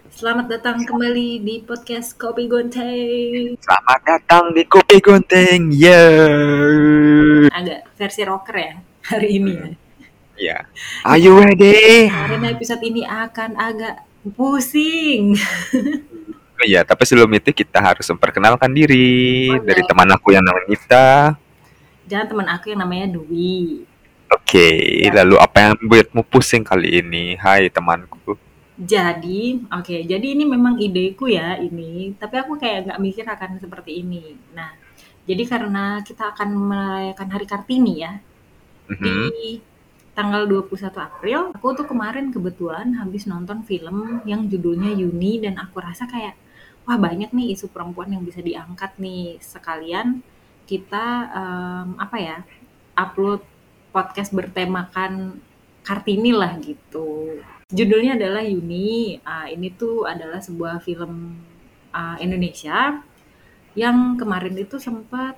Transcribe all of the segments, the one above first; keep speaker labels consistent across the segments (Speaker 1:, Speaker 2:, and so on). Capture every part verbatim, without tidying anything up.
Speaker 1: Selamat datang kembali di podcast Kopi Gonteng.
Speaker 2: Selamat datang di Kopi Gonteng. Yeah.
Speaker 1: Agak versi rocker ya hari ini ya.
Speaker 2: Ya. Are you ready?
Speaker 1: Karena episode ini akan agak pusing.
Speaker 2: Oh iya, tapi sebelum itu kita harus memperkenalkan diri
Speaker 1: Oh
Speaker 2: dari
Speaker 1: ya,
Speaker 2: teman aku yang namanya Nita.
Speaker 1: jangan teman aku yang namanya Dwi.
Speaker 2: Oke,
Speaker 1: Ya.
Speaker 2: lalu apa yang membuatmu pusing kali ini? Hai temanku.
Speaker 1: Jadi, oke, jadi ini memang ideku ya ini, tapi aku kayak nggak mikir akan seperti ini. Nah, jadi karena kita akan merayakan Hari Kartini ya, di
Speaker 2: Mhm.
Speaker 1: tanggal dua puluh satu April, aku tuh kemarin kebetulan habis nonton film yang judulnya Yuni dan aku rasa kayak, wah banyak nih isu perempuan yang bisa diangkat nih. Sekalian kita, mmm, apa ya, upload podcast bertemakan Kartini lah gitu. Judulnya adalah Yuni, eee, ini tuh adalah sebuah film, eee, Indonesia yang kemarin itu sempat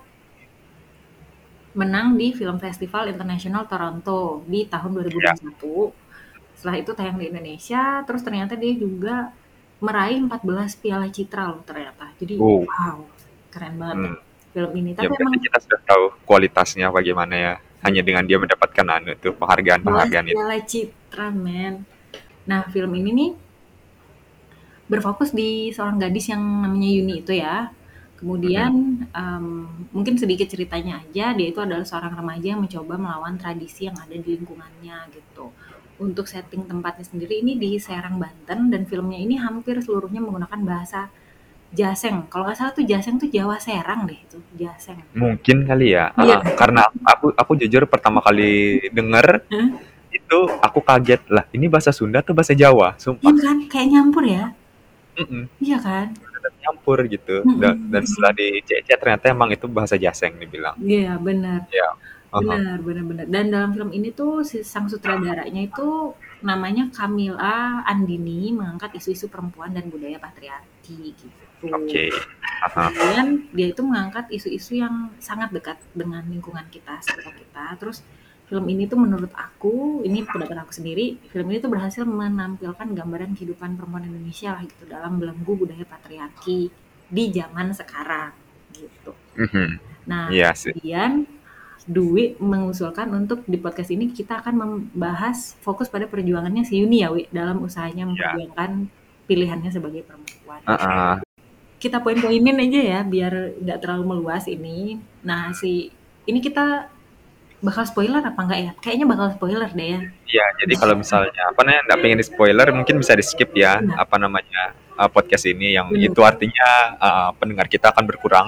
Speaker 1: menang di Film Festival Internasional Toronto di tahun
Speaker 2: Ya.
Speaker 1: dua ribu dua puluh satu. Setelah itu tayang di Indonesia, terus ternyata dia juga meraih empat belas piala citra loh ternyata. Jadi
Speaker 2: Oh.
Speaker 1: wow, keren banget deh
Speaker 2: Hmm.
Speaker 1: film ini.
Speaker 2: Ya
Speaker 1: Tapi
Speaker 2: berarti
Speaker 1: emang
Speaker 2: kita sudah tahu kualitasnya bagaimana ya. Hanya dengan dia mendapatkan anu itu
Speaker 1: empat belas
Speaker 2: penghargaan-penghargaan itu.
Speaker 1: piala citra, men. Nah, film ini nih berfokus di seorang gadis yang namanya Yuni itu ya.
Speaker 2: Mhm.
Speaker 1: Kemudian em, mungkin sedikit ceritanya aja, dia itu adalah seorang remaja yang mencoba melawan tradisi yang ada di lingkungannya gitu. Untuk setting tempatnya sendiri ini di Serang, Banten, dan filmnya ini hampir seluruhnya menggunakan bahasa Jaseng. Kalau nggak salah tuh Jaseng tuh Jawa Serang deh itu, Jaseng.
Speaker 2: Mungkin kali ya,
Speaker 1: Iya.
Speaker 2: heeh. Karena aku aku jujur pertama kali denger
Speaker 1: Hah?
Speaker 2: itu aku kaget, lah ini bahasa Sunda atau bahasa Jawa?
Speaker 1: Iya
Speaker 2: Sumpah.
Speaker 1: kan, kayak nyampur ya.
Speaker 2: Mhm.
Speaker 1: Iya kan.
Speaker 2: Bener-bener nyampur gitu.
Speaker 1: Mm,
Speaker 2: Da
Speaker 1: mm,
Speaker 2: dan
Speaker 1: mm,
Speaker 2: setelah
Speaker 1: mm.
Speaker 2: dicek-cek ternyata emang itu bahasa Jaseng dibilang.
Speaker 1: Iya, benar.
Speaker 2: Iya, heeh.
Speaker 1: Benar, benar, benar. Dan dalam film ini tuh si sang sutradaranya itu namanya Kamila Andini, mengangkat isu-isu perempuan dan budaya patriarki gitu.
Speaker 2: Oke. Heeh.
Speaker 1: Kemudian dia itu mengangkat isu-isu yang sangat dekat dengan lingkungan kita, sekitar kita. Terus film ini tuh menurut aku, ini pendapat aku sendiri, film ini tuh berhasil menampilkan gambaran kehidupan perempuan Indonesia lah gitu dalam belenggu budaya patriarki di zaman sekarang gitu.
Speaker 2: Mhm.
Speaker 1: Nah,
Speaker 2: Iya sih.
Speaker 1: kemudian Dwi mengusulkan untuk di podcast ini kita akan membahas fokus pada perjuangannya si Yuni ya, Wi, dalam usahanya
Speaker 2: Iya.
Speaker 1: memperjuangkan pilihannya sebagai perempuan.
Speaker 2: Heeh.
Speaker 1: Kita poin-poinin aja ya, biar nggak terlalu meluas ini. Nah, si ini kita bakal spoiler apa enggak ya? Kayaknya bakal spoiler deh ya.
Speaker 2: Iya, jadi kalau misalnya apa namanya nggak pengen di-spoiler mungkin bisa di-skip ya,
Speaker 1: Iya,
Speaker 2: apa namanya, eee, podcast ini yang
Speaker 1: bener.
Speaker 2: itu artinya, eee, pendengar kita akan berkurang.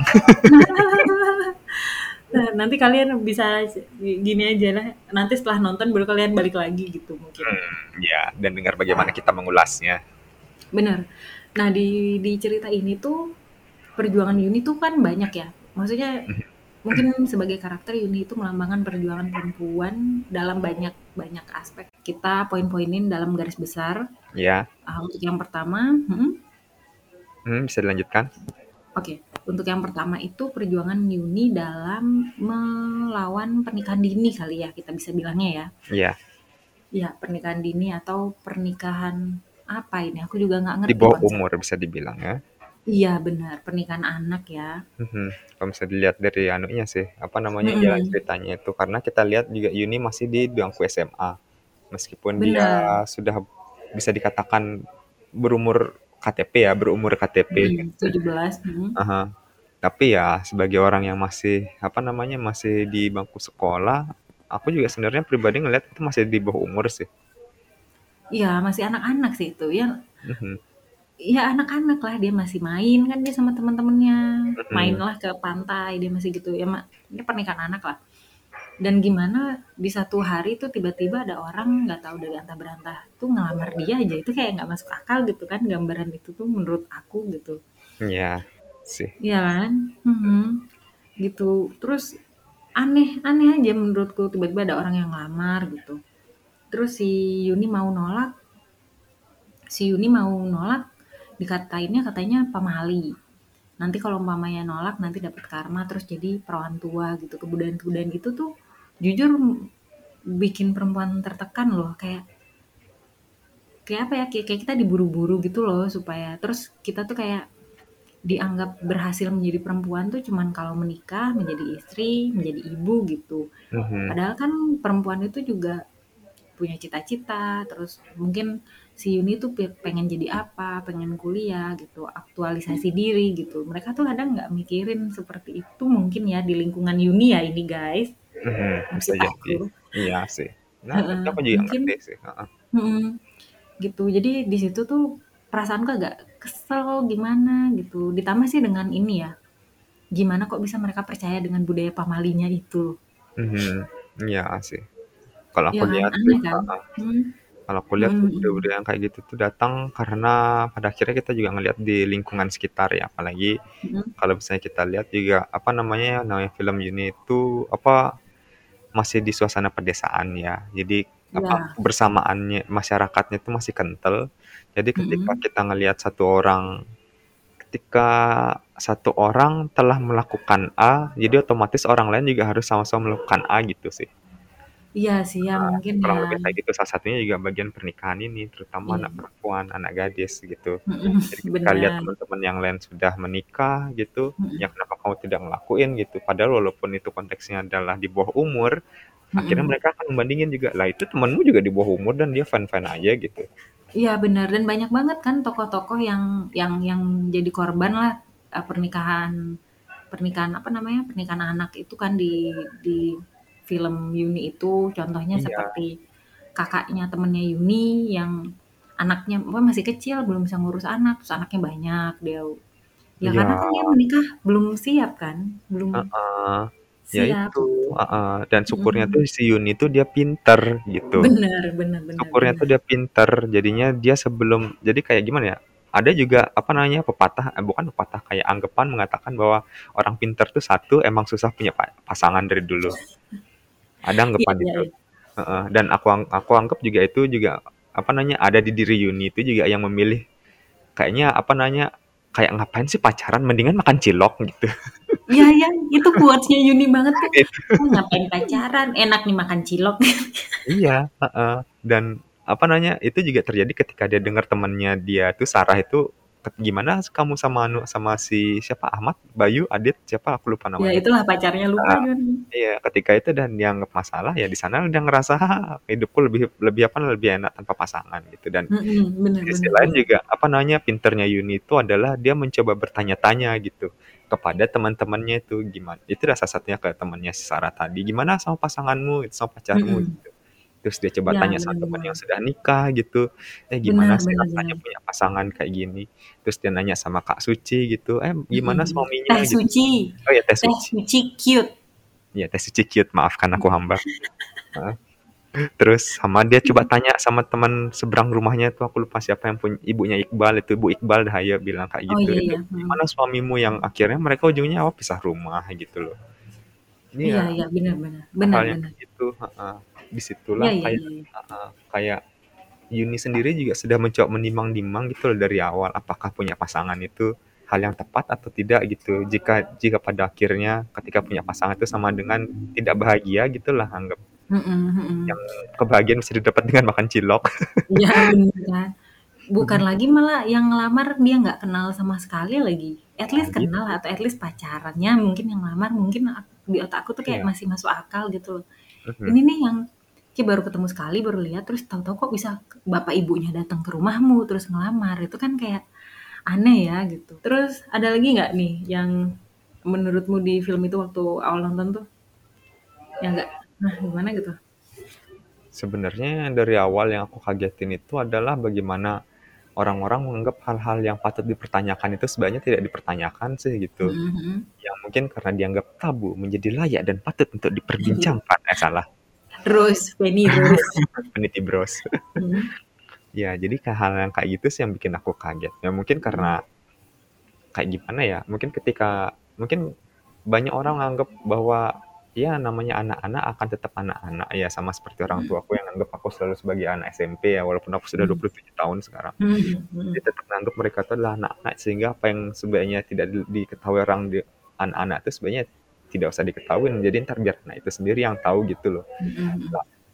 Speaker 1: Nah, nanti kalian bisa gini aja lah, nanti setelah nonton baru kalian balik lagi gitu mungkin.
Speaker 2: Hmm, ya, dan dengar bagaimana kita mengulasnya.
Speaker 1: Bener. Nah, di di cerita ini tuh perjuangan Yuni tuh kan banyak ya. Maksudnya mungkin sebagai karakter Yuni itu melambangkan perjuangan perempuan dalam banyak banyak aspek. Kita poin-poinin dalam garis besar.
Speaker 2: Ya.
Speaker 1: Ah, untuk yang pertama, hmm,
Speaker 2: Hmm, bisa dilanjutkan?
Speaker 1: oke. Untuk yang pertama itu perjuangan Yuni dalam melawan pernikahan dini kali ya kita bisa bilangnya ya.
Speaker 2: Iya.
Speaker 1: Ya, pernikahan dini atau pernikahan apa ini? Aku juga nggak
Speaker 2: Di
Speaker 1: ngerti
Speaker 2: bawah
Speaker 1: konsep.
Speaker 2: umur bisa dibilang ya.
Speaker 1: Iya benar, pernikahan anak ya.
Speaker 2: Mhm. Kalau bisa dilihat dari anunya sih, apa namanya, jalan
Speaker 1: Mm-mm.
Speaker 2: ceritanya itu, karena kita lihat juga Yuni masih di bangku S M A. Meskipun dia
Speaker 1: Benar.
Speaker 2: sudah bisa dikatakan berumur K T P ya, berumur K T P
Speaker 1: Mhm,
Speaker 2: gitu.
Speaker 1: tujuh belas, mhm.
Speaker 2: Aha. Tapi ya sebagai orang yang masih, apa namanya, masih di bangku sekolah, aku juga sebenarnya pribadi ngelihat itu masih di bawah umur sih.
Speaker 1: Iya, masih anak-anak sih itu, ya
Speaker 2: Mhm.
Speaker 1: ya anak-anak lah, dia masih main kan dia sama teman-temannya,
Speaker 2: Mhm.
Speaker 1: mainlah ke pantai, dia masih gitu, ya ma ini pernikahan anak lah. Dan gimana di satu hari tuh tiba-tiba ada orang nggak tahu dari antah berantah tuh ngelamar dia aja, itu kayak nggak masuk akal gitu kan, gambaran itu tuh menurut aku gitu.
Speaker 2: Iya sih.
Speaker 1: Iya kan? Mhm, gitu. Terus aneh aneh aja menurutku tiba-tiba ada orang yang ngelamar gitu. Terus si Yuni mau nolak, si Yuni mau nolak dikatainnya katanya pamali. Nanti kalau umpamanya nolak nanti dapat karma terus jadi perawan tua gitu. Kebudayaan-kebudayaan gitu tuh jujur bikin perempuan tertekan loh kayak kayak apa ya, kayak kayak kita diburu-buru gitu loh supaya terus kita tuh kayak dianggap berhasil menjadi perempuan tuh cuman kalau menikah, menjadi istri, menjadi ibu gitu.
Speaker 2: Mhm.
Speaker 1: Padahal kan perempuan itu juga punya cita-cita, terus mungkin si Yuni tuh pe- pengen jadi apa, pengen kuliah gitu, aktualisasi diri gitu. Mereka tuh kadang nggak mikirin seperti itu mungkin ya di lingkungan Yuni ya ini guys,
Speaker 2: Mhm, bisa
Speaker 1: maksud
Speaker 2: jadi.
Speaker 1: aku.
Speaker 2: Iya sih. Nah, tapi
Speaker 1: Heeh,
Speaker 2: aku juga
Speaker 1: mungkin
Speaker 2: ngerti sih, heeh.
Speaker 1: mm, gitu. Jadi di situ tuh perasaanku agak kesel gimana gitu. Ditambah sih dengan ini ya, gimana kok bisa mereka percaya dengan budaya pamalinya itu?
Speaker 2: Mhm, iya sih. Kalau
Speaker 1: Iya
Speaker 2: aku
Speaker 1: kan,
Speaker 2: lihat sih,
Speaker 1: aneh kan?
Speaker 2: heeh.
Speaker 1: Hmm.
Speaker 2: Kalau aku lihat tuh
Speaker 1: Mm, mm,
Speaker 2: budaya-budaya yang kayak gitu tuh datang karena pada akhirnya kita juga ngelihat di lingkungan sekitar ya, apalagi
Speaker 1: mm.
Speaker 2: kalau misalnya kita lihat juga apa namanya, namanya film ini itu apa masih di suasana pedesaan ya. Jadi apa
Speaker 1: Ya,
Speaker 2: kebersamaannya masyarakatnya itu masih kental. Jadi ketika
Speaker 1: mm,
Speaker 2: kita ngelihat satu orang ketika satu orang telah melakukan A, jadi otomatis orang lain juga harus sama-sama melakukan A gitu sih.
Speaker 1: iya sih ya
Speaker 2: Nah,
Speaker 1: mungkin
Speaker 2: kurang
Speaker 1: ya.
Speaker 2: lebih kayak gitu, salah satunya juga bagian pernikahan ini, terutama
Speaker 1: Iya,
Speaker 2: anak perempuan, anak gadis gitu.
Speaker 1: mhm,
Speaker 2: Jadi ketika lihat
Speaker 1: bener,
Speaker 2: teman-teman yang lain sudah menikah gitu, ya
Speaker 1: mhm,
Speaker 2: kenapa kamu tidak ngelakuin gitu. Padahal walaupun itu konteksnya adalah di bawah umur, akhirnya
Speaker 1: mhm.
Speaker 2: mereka akan membandingin juga, lah itu temanmu juga di bawah umur dan dia fine-fine aja gitu.
Speaker 1: Iya bener dan banyak banget kan tokoh-tokoh yang yang yang jadi korban lah, eee, pernikahan pernikahan apa namanya, pernikahan anak itu kan di di film Yuni itu. Contohnya
Speaker 2: Iya,
Speaker 1: seperti kakaknya temennya Yuni yang anaknya apa, masih kecil belum bisa ngurus anak, terus anaknya banyak, dia ya
Speaker 2: iya,
Speaker 1: karena kan dia menikah belum siap kan, belum
Speaker 2: heeh. Ya
Speaker 1: siap
Speaker 2: itu,
Speaker 1: gitu.
Speaker 2: heeh, dan syukurnya tuh
Speaker 1: Mhm.
Speaker 2: si Yuni tuh dia pinter gitu.
Speaker 1: Bener bener bener
Speaker 2: Syukurnya tuh
Speaker 1: bener.
Speaker 2: dia pinter, jadinya dia sebelum jadi kayak gimana ya, ada juga apa namanya, pepatah eh, bukan pepatah, kayak anggapan mengatakan bahwa orang pinter tuh satu emang susah punya pa pasangan dari dulu. Ada
Speaker 1: Iya
Speaker 2: anggapan
Speaker 1: iya
Speaker 2: itu,
Speaker 1: iya.
Speaker 2: heeh, dan aku ang aku anggap juga itu juga apa namanya, ada di diri Yuni itu juga yang memilih kayaknya apa namanya, kayak ngapain sih pacaran mendingan makan cilok gitu.
Speaker 1: Iya iya, itu quotes-nya Yuni banget tuh,
Speaker 2: Itu
Speaker 1: "Ah, ngapain pacaran, enak nih makan cilok."
Speaker 2: iya, heeh, dan apa namanya, itu juga terjadi ketika dia dengar temannya dia tuh Sarah itu, ket "Gimana kamu sama anu sama si siapa, Ahmad, Bayu, Adit, siapa aku lupa
Speaker 1: Ya
Speaker 2: namanya."
Speaker 1: itulah pacarnya, lupa
Speaker 2: Heeh,
Speaker 1: gimana.
Speaker 2: iya, ketika itu dan dianggap masalah, ya di sana dia ngerasa, hidupku lebih lebih apa, lebih enak tanpa pasangan gitu dan
Speaker 1: Mhm,
Speaker 2: di
Speaker 1: bener
Speaker 2: sisi
Speaker 1: bener
Speaker 2: lain
Speaker 1: bener.
Speaker 2: juga apa namanya, pinternya Yuni itu adalah dia mencoba bertanya-tanya gitu kepada teman-temannya itu, gimana itu dah salah satunya ke temannya si Sarah tadi, "Gimana sama pasanganmu, sama pacarmu?"
Speaker 1: Mhm.
Speaker 2: Gitu. Terus dia coba
Speaker 1: Iya,
Speaker 2: tanya sama
Speaker 1: bener
Speaker 2: teman yang
Speaker 1: bener.
Speaker 2: sudah nikah gitu, "Eh, gimana
Speaker 1: Bener
Speaker 2: sih
Speaker 1: bener
Speaker 2: rasanya
Speaker 1: bener.
Speaker 2: punya pasangan kayak gini?" Terus dia nanya sama Kak Suci gitu, "Eh, gimana
Speaker 1: Mhm.
Speaker 2: suaminya?"
Speaker 1: Teh
Speaker 2: Gitu.
Speaker 1: Suci,
Speaker 2: Oh ya, Teh
Speaker 1: Teh
Speaker 2: Suci.
Speaker 1: Suci cute.
Speaker 2: Iya, Teh Suci cute, maafkan aku hamba. Heeh. Terus sama dia coba tanya sama teman seberang rumahnya tuh, aku lupa siapa yang punya ibunya Iqbal itu, Bu Iqbal dah ya bilang kayak
Speaker 1: Oh
Speaker 2: gitu,
Speaker 1: iya
Speaker 2: "Itu
Speaker 1: iya,
Speaker 2: gimana
Speaker 1: mhm.
Speaker 2: suamimu?" Yang akhirnya mereka ujungnya apa, pisah rumah gitu loh.
Speaker 1: Iya
Speaker 2: Iya,
Speaker 1: iya, bener bener. Bener
Speaker 2: hal-hal yang
Speaker 1: bener.
Speaker 2: kayak gitu, heeh.
Speaker 1: Iya
Speaker 2: Disitulah
Speaker 1: iya
Speaker 2: kayak
Speaker 1: iya iya.
Speaker 2: heeh, kayak Yuni sendiri juga sudah mencoba menimbang-nimbang gitu loh dari awal, apakah punya pasangan itu hal yang tepat atau tidak gitu. Jika jika pada akhirnya ketika punya pasangan itu sama dengan tidak bahagia gitulah anggap.
Speaker 1: Mhm mhm.
Speaker 2: Yang kebahagiaan bisa didapat dengan makan cilok.
Speaker 1: Iya bener kan. Bukan
Speaker 2: Mhm.
Speaker 1: lagi malah yang ngelamar dia nggak kenal sama sekali lagi. At
Speaker 2: Nah
Speaker 1: least kenal
Speaker 2: gitu,
Speaker 1: atau at least pacarannya mungkin yang ngelamar mungkin ak di otak aku tuh kayak
Speaker 2: iya,
Speaker 1: masih masuk akal gitu loh.
Speaker 2: mhm.
Speaker 1: Ini nih yang kayak baru ketemu sekali, baru lihat, terus tahu-tahu kok bisa bapak ibunya datang ke rumahmu, terus ngelamar. Itu kan kayak aneh ya gitu. Terus ada lagi nggak nih yang menurutmu di film itu waktu awal nonton tuh yang nggak, nah gimana gitu?
Speaker 2: Sebenarnya dari awal yang aku kagetin itu adalah bagaimana orang-orang menganggap hal-hal yang patut dipertanyakan itu sebenarnya tidak dipertanyakan sih gitu.
Speaker 1: Mhm mhm.
Speaker 2: Yang mungkin karena dianggap tabu, menjadi layak dan patut untuk diperbincangkan. Eh, salah.
Speaker 1: Rose, Penny Rose.
Speaker 2: Peniti Bros.
Speaker 1: Mhm.
Speaker 2: Ya, jadi kayak hal yang kayak gitu sih yang bikin aku kaget. Ya mungkin
Speaker 1: Mhm.
Speaker 2: karena kayak gimana ya, mungkin ketika mungkin banyak orang menganggap bahwa ya namanya anak-anak akan tetap anak-anak ya sama seperti orang
Speaker 1: Mhm.
Speaker 2: tuaku yang anggap aku selalu sebagai anak S M P ya walaupun aku sudah dua
Speaker 1: Mhm.
Speaker 2: puluh tujuh tahun sekarang.
Speaker 1: Mhm
Speaker 2: Dia
Speaker 1: mhm.
Speaker 2: tetap menganggap mereka itu adalah anak-anak sehingga apa yang sebenarnya tidak di- diketahui orang di anak-anak itu sebenarnya tidak usah diketahui jadi ntar biar anak itu sendiri yang tahu gitu loh.
Speaker 1: Mhm mhm.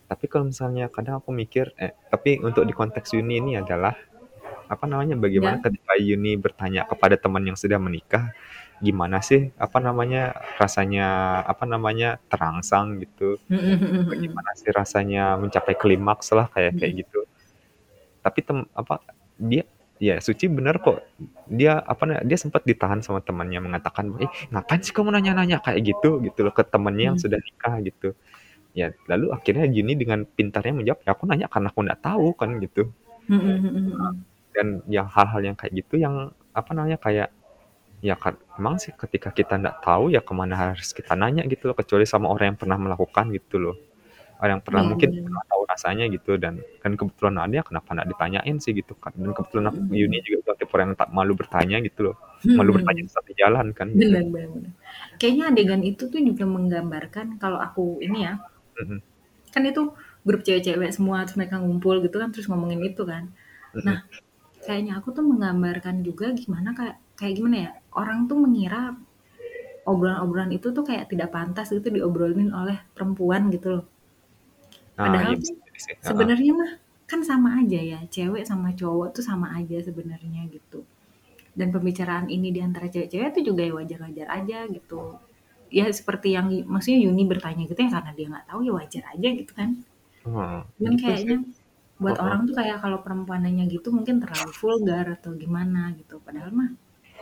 Speaker 2: Tapi kalau misalnya kadang aku mikir, eh, tapi untuk di konteks Yuni ini adalah, apa namanya, bagaimana
Speaker 1: Ya.
Speaker 2: ketika Yuni bertanya kepada teman yang sudah menikah, gimana sih, apa namanya, rasanya, apa namanya, terangsang gitu,
Speaker 1: Mhm mhm mhm.
Speaker 2: bagaimana sih rasanya mencapai klimaks lah kayak
Speaker 1: Mhm.
Speaker 2: kayak gitu. Tapi tem apa, dia ya Suci bener kok, dia apa na dia sempat ditahan sama temannya mengatakan, "Eh, ngapain sih kamu nanya-nanya kayak gitu?" Gitu loh, ke temennya yang
Speaker 1: Mhm.
Speaker 2: sudah nikah gitu. Ya lalu akhirnya Yuni dengan pintarnya menjawab, "Ya aku nanya karena aku nggak tahu," kan gitu.
Speaker 1: Mhm mhm mhm.
Speaker 2: Dan yang hal-hal yang kayak gitu yang, apa namanya, kayak, ya kan memang sih ketika kita nggak tahu ya ke mana harus kita nanya gitu loh, kecuali sama orang yang pernah melakukan gitu loh. Orang yang pernah
Speaker 1: Iya
Speaker 2: mungkin
Speaker 1: bener.
Speaker 2: pernah tahu rasanya gitu dan kan kebetulan ada, ya kenapa nggak ditanyain sih gitu kan. Dan kebetulan
Speaker 1: Mhm
Speaker 2: aku Yuni
Speaker 1: mhm.
Speaker 2: juga bukan tipe orang yang tak malu bertanya gitu loh.
Speaker 1: Mhm
Speaker 2: Malu bertanya
Speaker 1: mhm.
Speaker 2: di satu jalan kan gitu.
Speaker 1: Bener bener bener. Kayaknya adegan itu tuh juga menggambarkan kalau aku ini ya,
Speaker 2: Mhm.
Speaker 1: kan itu grup cewek-cewek semua, terus mereka ngumpul gitu kan, terus ngomongin itu kan. Nah,
Speaker 2: Mhm.
Speaker 1: kayaknya aku tuh menggambarkan juga gimana kayak kayak gimana ya, orang tuh mengira obrolan-obrolan itu tuh kayak tidak pantas gitu diobrolin oleh perempuan gitu loh.
Speaker 2: Nah,
Speaker 1: Padahal
Speaker 2: iya bisa
Speaker 1: tuh
Speaker 2: jadi sih, heeh.
Speaker 1: sebenarnya mah kan sama aja ya, cewek sama cowok tuh sama aja sebenarnya gitu. Dan pembicaraan ini di antara cewek-cewek tuh juga ya wajar-wajar aja gitu. Ya seperti yang maksudnya Yuni bertanya gitu ya karena dia nggak tahu ya wajar aja gitu kan.
Speaker 2: Heeh,
Speaker 1: Cuman
Speaker 2: gitu sih.
Speaker 1: kayaknya buat
Speaker 2: Heeh.
Speaker 1: orang tuh kayak kalau perempuan nanya gitu mungkin terlalu vulgar atau gimana gitu. Padahal mah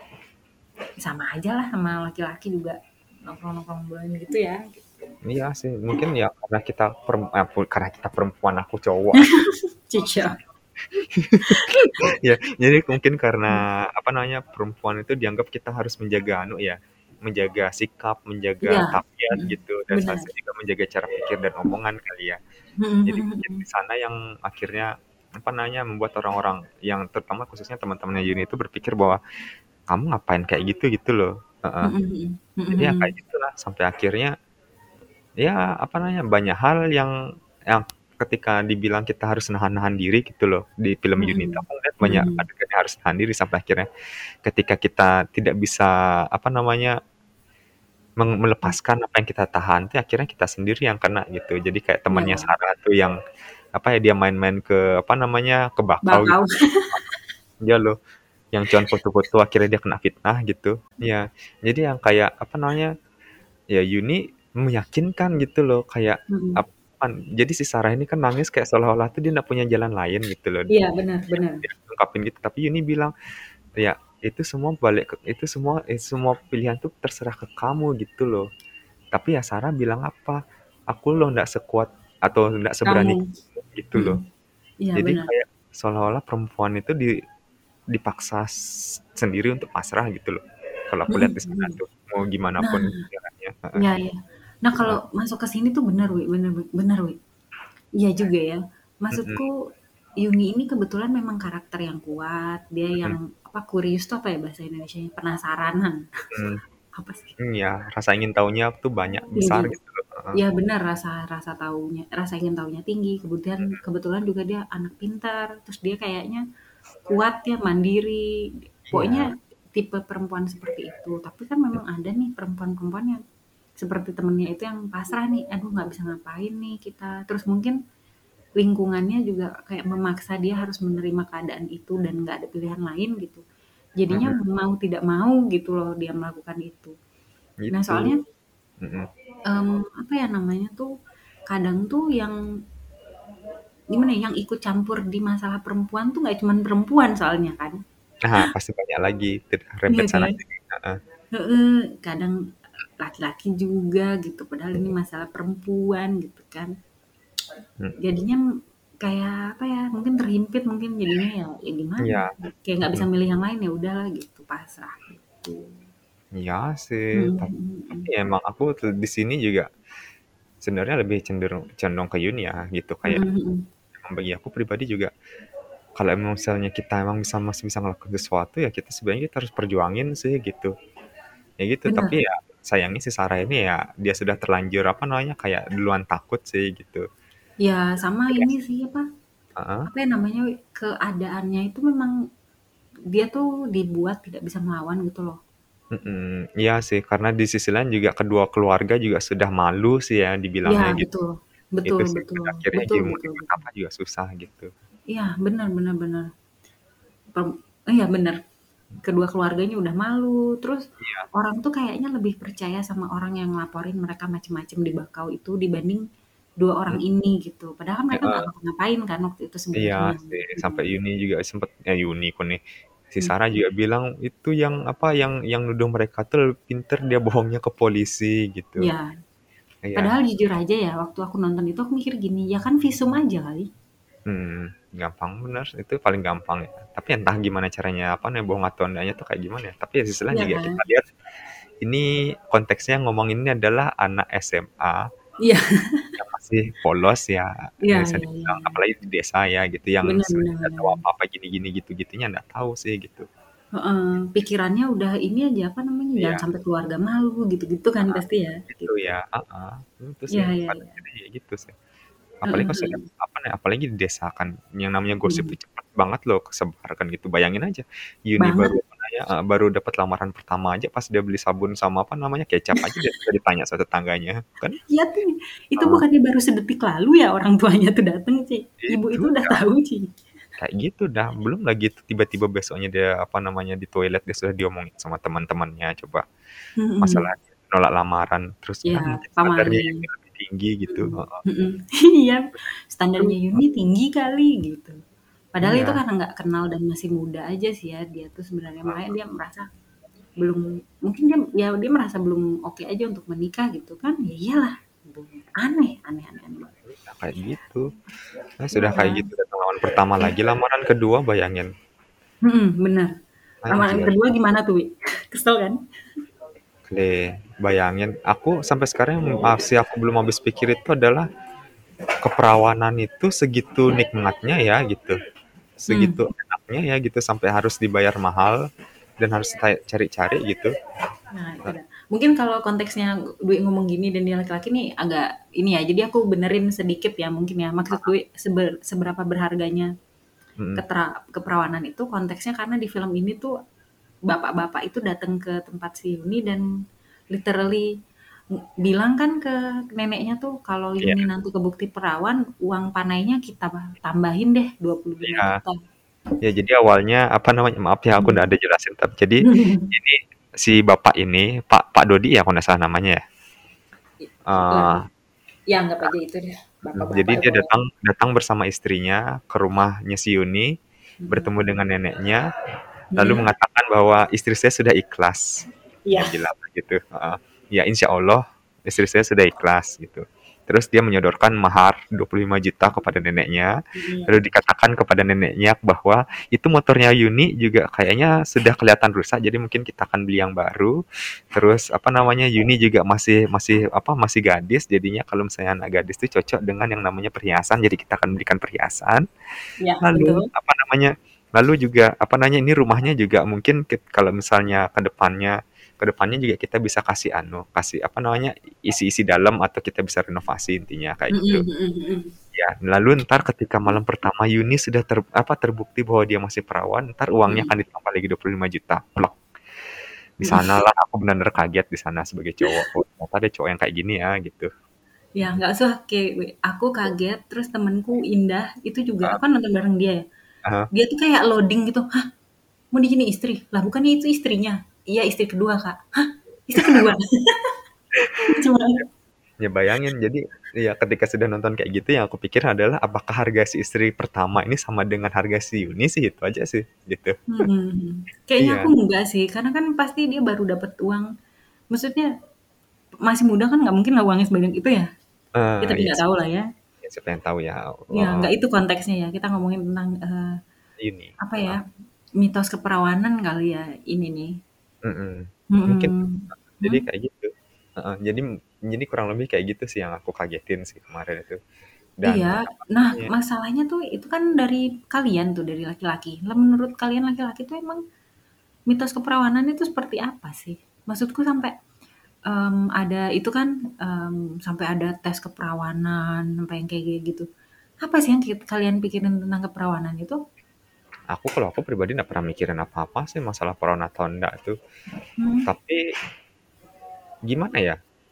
Speaker 1: sama aja lah sama laki-laki juga nongkrong-nongkrong bulan gitu ya. Gitu.
Speaker 2: Iya sih, mungkin ya karena kita perem eh, pu karena kita perempuan, aku cowok.
Speaker 1: Cica.
Speaker 2: Ya, jadi mungkin karena apa namanya, perempuan itu dianggap kita harus menjaga anu ya, menjaga sikap, menjaga
Speaker 1: Iya.
Speaker 2: tabiat
Speaker 1: Mhm.
Speaker 2: gitu, dan salah
Speaker 1: Benar.
Speaker 2: satunya juga menjaga cara pikir dan omongan kali ya.
Speaker 1: Mhm
Speaker 2: Jadi
Speaker 1: mhm
Speaker 2: mungkin
Speaker 1: mhm.
Speaker 2: di sana yang akhirnya apa namanya, membuat orang-orang yang terutama khususnya teman-temannya Yuni itu berpikir bahwa, "Kamu ngapain kayak gitu?" Gitu loh. Heeh.
Speaker 1: Mhm mhm. Mhm
Speaker 2: Jadi ya kayak
Speaker 1: mhm.
Speaker 2: gitulah sampai akhirnya ya apa namanya, banyak hal yang yang ketika dibilang kita harus nahan-nahan diri gitu loh, di film Yunita
Speaker 1: Mhm.
Speaker 2: aku ngeliat banyak
Speaker 1: Mhm.
Speaker 2: adegan yang harus nahan diri sampai akhirnya ketika kita tidak bisa, apa namanya, meng
Speaker 1: Mhm.
Speaker 2: melepaskan apa yang kita tahan tuh akhirnya kita sendiri yang kena gitu. Jadi kayak temennya
Speaker 1: Iya.
Speaker 2: Sarah tuh yang, apa ya, dia main-main ke, apa namanya, ke bakau gitu.
Speaker 1: Bakau.
Speaker 2: Iya loh, yang cuman foto-foto akhirnya dia kena fitnah gitu. Iya, jadi yang kayak, apa namanya, ya Yuni meyakinkan gitu loh kayak
Speaker 1: Mhm.
Speaker 2: apan jadi si Sarah ini kan nangis kayak seolah-olah tuh dia nggak punya jalan lain gitu loh.
Speaker 1: Iya, benar
Speaker 2: Dia
Speaker 1: benar.
Speaker 2: dia ungkapin gitu, tapi Yuni bilang, "Ya itu semua balik ke itu semua eh, semua pilihan tuh terserah ke kamu," gitu loh. Tapi ya Sarah bilang apa, "Aku loh nggak sekuat atau nggak seberani
Speaker 1: Kamu.
Speaker 2: kamu," gitu
Speaker 1: Mhm.
Speaker 2: loh.
Speaker 1: Iya,
Speaker 2: Jadi
Speaker 1: benar.
Speaker 2: kayak seolah-olah perempuan itu di dipaksa s sendiri untuk pasrah gitu loh. Kalau aku
Speaker 1: Mhm
Speaker 2: lihat di sana
Speaker 1: mhm.
Speaker 2: tuh, mau gimana
Speaker 1: Nah,
Speaker 2: pun jalannya, heeh.
Speaker 1: iya iya. Nah, kalau
Speaker 2: Heeh.
Speaker 1: masuk ke sini tuh benar, Wi, bener bener, Wi. Iya juga ya.
Speaker 2: Mhm.
Speaker 1: Maksudku Yuni ini kebetulan memang karakter yang kuat, dia yang
Speaker 2: Mhm.
Speaker 1: apa, curious tuh apa ya bahasa Indonesianya, penasaranan.
Speaker 2: Mhm.
Speaker 1: Apa sih?
Speaker 2: Mmm, ya rasa ingin tahunya tuh banyak,
Speaker 1: Iya
Speaker 2: besar
Speaker 1: gitu.
Speaker 2: gitu loh, heeh.
Speaker 1: Iya benar rasa rasa taunya rasa ingin tahunya tinggi, kemudian
Speaker 2: Mhm.
Speaker 1: kebetulan juga dia anak pintar, terus dia kayaknya kuat ya, mandiri, pokoknya
Speaker 2: Iya.
Speaker 1: tipe perempuan seperti itu. Tapi kan memang ada nih perempuan-perempuan yang seperti temennya itu yang pasrah nih, "Aduh nggak bisa ngapain nih kita." Terus mungkin lingkungannya juga kayak memaksa dia harus menerima keadaan itu dan nggak ada pilihan lain gitu. Jadinya
Speaker 2: Mhm.
Speaker 1: mau tidak mau gitu loh dia melakukan itu. Nah
Speaker 2: Gitu,
Speaker 1: soalnya,
Speaker 2: mhm.
Speaker 1: mmm, apa ya namanya tuh, kadang tuh yang gimana ya, yang ikut campur di masalah perempuan tuh nggak cuman perempuan soalnya kan.
Speaker 2: Nah, pasti banyak lagi, tit
Speaker 1: Iya
Speaker 2: rempet sana
Speaker 1: kan?
Speaker 2: sini, heeh.
Speaker 1: Heeh, kadang laki-laki juga gitu, padahal ini masalah perempuan gitu kan.
Speaker 2: Mhm.
Speaker 1: Jadinya kayak apa ya, mungkin terhimpit mungkin jadinya ya ya gimana,
Speaker 2: Iya,
Speaker 1: kayak nggak bisa
Speaker 2: mhm.
Speaker 1: milih yang lain, ya udahlah gitu, pasrah gitu.
Speaker 2: Iya sih,
Speaker 1: Mhm
Speaker 2: tap
Speaker 1: mhm
Speaker 2: tapi
Speaker 1: mhm.
Speaker 2: emang aku tuh di sini juga sebenarnya lebih cenderung condong ke Yuni ya gitu, kayak
Speaker 1: Mhm mhm.
Speaker 2: emang bagi aku pribadi juga kalau emang misalnya kita emang bisa masih bisa ngelakuin sesuatu ya kita sebenarnya kita harus perjuangin sih gitu. Ya gitu, tapi
Speaker 1: Bener.
Speaker 2: ya sayangnya si Sarah ini ya dia sudah terlanjur apa namanya, kayak duluan takut sih gitu.
Speaker 1: Ya sama ini sih apa,
Speaker 2: Heeh.
Speaker 1: apa ya namanya, Wi, keadaannya itu memang dia tuh dibuat tidak bisa melawan gitu loh.
Speaker 2: Mhm, iya sih karena di sisi lain juga kedua keluarga juga sudah malu sih ya
Speaker 1: Iya
Speaker 2: dibilangnya gitu.
Speaker 1: betul. Betul
Speaker 2: Itu sih
Speaker 1: betul.
Speaker 2: pada akhirnya
Speaker 1: Betul
Speaker 2: jadi mau
Speaker 1: betul
Speaker 2: dibuat
Speaker 1: betul.
Speaker 2: apa juga susah gitu.
Speaker 1: Iya, benar benar benar. Perem iya bener, kedua keluarganya udah malu, terus
Speaker 2: Iya,
Speaker 1: orang tuh kayaknya lebih percaya sama orang yang ngelaporin mereka macem-macem di Bakau itu dibanding dua orang
Speaker 2: mhm,
Speaker 1: ini gitu. Padahal mereka nggak
Speaker 2: heeh.
Speaker 1: ngapa-ngapain kan waktu itu
Speaker 2: Iya
Speaker 1: sebenarnya
Speaker 2: sih,
Speaker 1: gitu.
Speaker 2: sampai Yuni juga sempet eh, Yuni kok nih, si
Speaker 1: Mmm,
Speaker 2: Sarah juga bilang itu yang apa, yang yang nuduh mereka tuh lebih pinter dia bohongnya ke polisi gitu.
Speaker 1: iya.
Speaker 2: Iya,
Speaker 1: Padahal jujur aja ya, waktu aku nonton itu aku mikir gini, ya kan visum aja kali.
Speaker 2: mhm, gampang bener, itu paling gampang ya. Tapi entah gimana caranya apa nih bohong atau enggaknya tuh kayak gimana ya. Tapi ya sisi lain
Speaker 1: Iya
Speaker 2: juga
Speaker 1: kan?
Speaker 2: kita lihat ini konteksnya ngomonginnya adalah anak S M A
Speaker 1: Iya
Speaker 2: yang masih polos ya,
Speaker 1: iya
Speaker 2: bisa
Speaker 1: iya iya
Speaker 2: dibilang
Speaker 1: iya.
Speaker 2: apalagi di desa ya gitu, yang
Speaker 1: Bener
Speaker 2: sebenarnya
Speaker 1: bener
Speaker 2: nggak tahu
Speaker 1: bener.
Speaker 2: apa-apa gini-gini gitu-gitunya nggak tahu sih gitu.
Speaker 1: Heeh, pikirannya udah ini aja, apa namanya, jangan
Speaker 2: Iya.
Speaker 1: sampai keluarga malu gitu-gitu kan pasti ya,
Speaker 2: Gitu
Speaker 1: gitu.
Speaker 2: ya, heeh, itu sih
Speaker 1: Iya iya
Speaker 2: pada
Speaker 1: iya.
Speaker 2: akhirnya ya gitu sih. Apalagi
Speaker 1: Heeh
Speaker 2: kalau sudah
Speaker 1: heeh.
Speaker 2: apa nih, apalagi di desa kan yang namanya gosip
Speaker 1: Mhm.
Speaker 2: tuh cepet banget loh kesebar kan gitu. Bayangin aja Yuni
Speaker 1: Banget.
Speaker 2: baru apa namanya, heeh, baru dapat lamaran pertama aja pas dia beli sabun sama apa namanya, kecap aja dia sudah ditanya sama tetangganya kan,
Speaker 1: Iya tuh, itu
Speaker 2: heeh,
Speaker 1: bukannya baru sedetik lalu ya orang tuanya tuh dateng, Ci. Ibu
Speaker 2: itu
Speaker 1: itu udah
Speaker 2: dah
Speaker 1: tahu, Ci.
Speaker 2: kayak gitu dah. Belum lagi tuh tiba-tiba besoknya dia apa namanya, di toilet dia sudah diomongin sama teman-temannya coba. Masalah
Speaker 1: Mhm.
Speaker 2: dia nolak lamaran, terus
Speaker 1: Iya,
Speaker 2: kan mungkin standarnya
Speaker 1: pamain.
Speaker 2: Yuni lebih tinggi gitu,
Speaker 1: Mhm
Speaker 2: heeh.
Speaker 1: mhm. Iya,
Speaker 2: Itu
Speaker 1: standarnya Yuni tinggi kali gitu. Padahal itu
Speaker 2: iya,
Speaker 1: karena nggak kenal dan masih muda aja sih ya dia tuh sebenarnya, makanya
Speaker 2: heeh.
Speaker 1: dia merasa belum mungkin dia ya dia merasa belum oke aja untuk menikah gitu kan, ya iyalah, aneh aneh aneh aneh banget.
Speaker 2: Nah, kayak gitu. Nah, sudah kayak
Speaker 1: Iya,
Speaker 2: gitu datang lamaran pertama lagi, lamaran kedua bayangin,
Speaker 1: mhm, bener. Lamaran
Speaker 2: anjir.
Speaker 1: kedua gimana tuh, Wi? Kesel kan?
Speaker 2: Le, bayangin, aku sampai sekarang yang masih aku belum habis pikir itu adalah keperawanan itu segitu nikmatnya ya gitu,
Speaker 1: Mmm.
Speaker 2: segitu enaknya ya gitu sampai harus dibayar mahal dan harus kayak cari-cari gitu.
Speaker 1: Nah, itu dah. Mungkin kalau konteksnya Dwi ngomong gini dan dia laki-laki nih agak ini ya, jadi aku benerin sedikit ya mungkin ya. Maksud Dwi sebe seberapa berharganya
Speaker 2: Mhm.
Speaker 1: ketera keperawanan itu konteksnya karena di film ini tuh bapak-bapak itu datang ke tempat si Yuni dan literally ng bilang kan ke neneknya tuh, "Kalau
Speaker 2: Iya,
Speaker 1: Yuni nanti kebukti perawan, uang panainya kita tambahin deh dua puluh lima
Speaker 2: iya.
Speaker 1: juta."
Speaker 2: Ya jadi awalnya apa namanya, maaf ya aku
Speaker 1: Mhm.
Speaker 2: nggak ada jelasin, tapi jadi ini si bapak ini, Pak Pak Dodi ya kalau nggak salah namanya ya?
Speaker 1: Lah,
Speaker 2: Eee
Speaker 1: ya anggap aja itu deh,
Speaker 2: Mhm,
Speaker 1: bapak-bapak
Speaker 2: jadi
Speaker 1: ya
Speaker 2: dia
Speaker 1: pokoknya.
Speaker 2: datang datang bersama istrinya ke rumahnya si Yuni,
Speaker 1: Mhm.
Speaker 2: bertemu dengan neneknya, lalu
Speaker 1: Mhm.
Speaker 2: mengatakan bahwa istri saya sudah ikhlas.
Speaker 1: Iya.
Speaker 2: Dia bilang gitu, heeh. Ya insya Allah istri saya sudah ikhlas gitu. Terus dia menyodorkan mahar dua puluh lima juta kepada neneknya, lalu
Speaker 1: Mhm.
Speaker 2: dikatakan kepada neneknya bahwa itu motornya Yuni juga kayaknya sudah kelihatan rusak, jadi mungkin kita akan beli yang baru. Terus apa namanya, Yuni juga masih masih apa masih gadis, jadinya kalau misalnya anak gadis itu cocok dengan yang namanya perhiasan, jadi kita akan belikan perhiasan.
Speaker 1: Iya,
Speaker 2: Lalu
Speaker 1: betul.
Speaker 2: apa namanya, lalu juga apa namanya ini rumahnya juga mungkin kit- kalau misalnya ke depannya ke depannya juga kita bisa kasih anu, kasih apa namanya isi-isi dalam atau kita bisa renovasi intinya kayak gitu.
Speaker 1: Mhm mhm mhm.
Speaker 2: Ya, lalu ntar ketika malam pertama Yuni sudah ter, apa terbukti bahwa dia masih perawan, ntar uangnya
Speaker 1: Mhm
Speaker 2: akan ditambah lagi dua puluh lima juta. Plok. Di
Speaker 1: mhm.
Speaker 2: sanalah aku benar-benar kaget di sana sebagai cowok. Oh, ternyata ada cowok yang kayak gini ya gitu.
Speaker 1: Ya nggak usah kayak aku kaget, terus temenku Indah itu juga
Speaker 2: Ah,
Speaker 1: aku kan nonton bareng dia ya,
Speaker 2: ah.
Speaker 1: dia tuh kayak loading gitu, "Hah? Mau di sini istri? Lah bukannya itu istrinya?" "Iya istri kedua Kak." "Hah? Istri kedua?" Lucu banget.
Speaker 2: Ya bayangin, jadi ya ketika sudah nonton kayak gitu yang aku pikir adalah apakah harga si istri pertama ini sama dengan harga si Yuni sih itu aja sih gitu.
Speaker 1: Mhm. Kayaknya aku
Speaker 2: Iya,
Speaker 1: enggak sih, karena kan pasti dia baru dapat uang, maksudnya masih muda kan nggak mungkin lah uangnya sebanyak itu ya. Ya
Speaker 2: eee,
Speaker 1: tapi
Speaker 2: iya
Speaker 1: nggak
Speaker 2: sih,
Speaker 1: tahu lah ya.
Speaker 2: ya siapa yang tahu ya,
Speaker 1: Ya
Speaker 2: heeh,
Speaker 1: nggak itu konteksnya ya, kita ngomongin tentang, eee,
Speaker 2: Yuni,
Speaker 1: apa ya,
Speaker 2: heeh,
Speaker 1: mitos keperawanan kali ya ini nih.
Speaker 2: mhm, mungkin
Speaker 1: Mhm.
Speaker 2: jadi
Speaker 1: Mhm.
Speaker 2: kayak gitu, heeh, jadi jadi kurang lebih kayak gitu sih yang aku kagetin sih kemarin itu dan
Speaker 1: Iya.
Speaker 2: apa
Speaker 1: Nah,
Speaker 2: namanya,
Speaker 1: masalahnya tuh itu kan dari kalian tuh, dari laki-laki. Lah menurut kalian laki-laki tuh emang mitos keperawanan itu seperti apa sih? Maksudku sampai, mmm, ada itu kan, mmm, sampai ada tes keperawanan, sampai yang kayak gitu. Apa sih yang kit kalian pikirin tentang keperawanan itu?
Speaker 2: aku kalau aku pribadi nggak pernah mikirin apa-apa sih masalah perawan atau enggak tuh,
Speaker 1: Mhm.
Speaker 2: tapi gimana ya,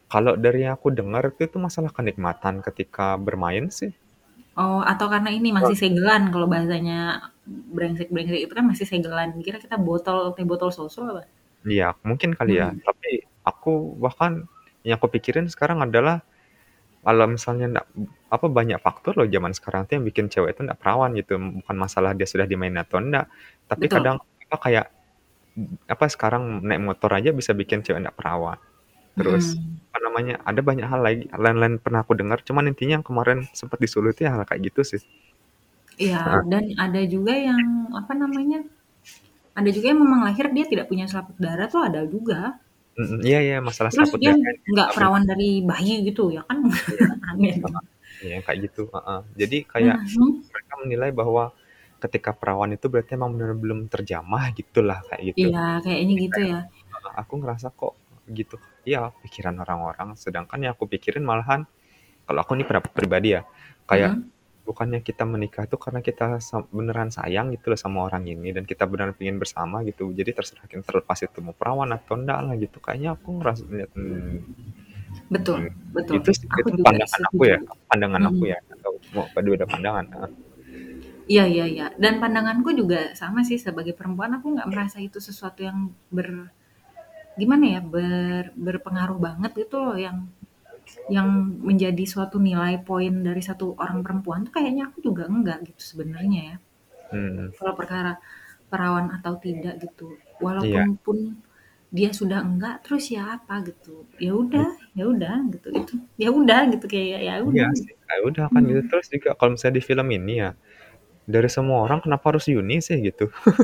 Speaker 2: Kalau dari yang aku dengar itu tuh masalah kenikmatan ketika bermain sih.
Speaker 1: Oh, atau karena ini
Speaker 2: Eee,
Speaker 1: masih segelan kalau bahasanya brengsek-brengsek itu kan masih segelan, dikira kita botol teh botol susu apa?
Speaker 2: Iya, mungkin kali ya.
Speaker 1: Mhm.
Speaker 2: Tapi aku bahkan yang aku pikirin sekarang adalah kalau misalnya ndak apa, banyak faktor loh zaman sekarang tuh yang bikin cewek itu ndak perawan gitu, bukan masalah dia sudah dimainin atau enggak, tapi
Speaker 1: Betul.
Speaker 2: kadang apa, kayak apa, sekarang naik motor aja bisa bikin cewek ndak perawan. Terus,
Speaker 1: Mhm.
Speaker 2: apa namanya, ada banyak hal lagi lain-lain pernah aku dengar, cuman intinya yang kemarin sempet disulut ya hal kayak gitu sih.
Speaker 1: Iya,
Speaker 2: Heeh.
Speaker 1: dan ada juga yang, apa namanya, ada juga yang memang lahir dia tidak punya selaput darah tuh ada juga.
Speaker 2: Mhm, iya iya, masalah
Speaker 1: Terus
Speaker 2: selaput
Speaker 1: dia
Speaker 2: darah ini,
Speaker 1: nggak
Speaker 2: heeh, bener.
Speaker 1: perawan dari bayi gitu, ya kan
Speaker 2: Iya,
Speaker 1: aneh dong.
Speaker 2: heeh, iya yang kayak gitu, heeh. Jadi kayak
Speaker 1: Nah, hmm?
Speaker 2: mereka menilai bahwa ketika perawan itu berarti emang bener-bener belum terjamah gitulah, kayak gitu.
Speaker 1: Iya, kayaknya
Speaker 2: Jadi
Speaker 1: gitu
Speaker 2: kayak
Speaker 1: ya.
Speaker 2: heeh, aku ngerasa kok gitu, iya pikiran orang-orang, sedangkan yang aku pikirin malahan kalau aku nih pendapat pribadi ya, kayak
Speaker 1: Mhm.
Speaker 2: bukannya kita menikah tuh karena kita sa beneran sayang gitu loh sama orang ini dan kita beneran pengen bersama gitu. Jadi terserah kita terlepas itu mau perawan atau enggak lah gitu. Kayaknya aku ngerasa ngeliat, mmm,
Speaker 1: Betul
Speaker 2: mmm,
Speaker 1: betul,
Speaker 2: itu sih,
Speaker 1: aku
Speaker 2: itu
Speaker 1: juga
Speaker 2: pandangan aku
Speaker 1: setuju.
Speaker 2: ya, pandangan aku
Speaker 1: Mhm.
Speaker 2: ya, nggak tahu mau beda-beda pandangan, heeh.
Speaker 1: Iya iya iya, dan pandanganku juga sama sih sebagai perempuan aku nggak merasa itu sesuatu yang ber gimana ya, ber berpengaruh banget gitu loh yang yang menjadi suatu nilai poin dari satu orang perempuan tuh kayaknya aku juga enggak gitu sebenarnya ya.
Speaker 2: Mhm,
Speaker 1: Kalau perkara perawan atau tidak gitu.
Speaker 2: iya,
Speaker 1: Walaupun pun dia sudah enggak, terus ya apa gitu. Ya udah,
Speaker 2: iya
Speaker 1: ya udah gitu. Itu ya udah gitu kayak ya
Speaker 2: iya
Speaker 1: udah
Speaker 2: sih,
Speaker 1: gitu.
Speaker 2: ya udah kan gitu.
Speaker 1: Mhm.
Speaker 2: Terus juga kalau misalnya di film ini ya, dari semua orang kenapa harus Yuni sih gitu?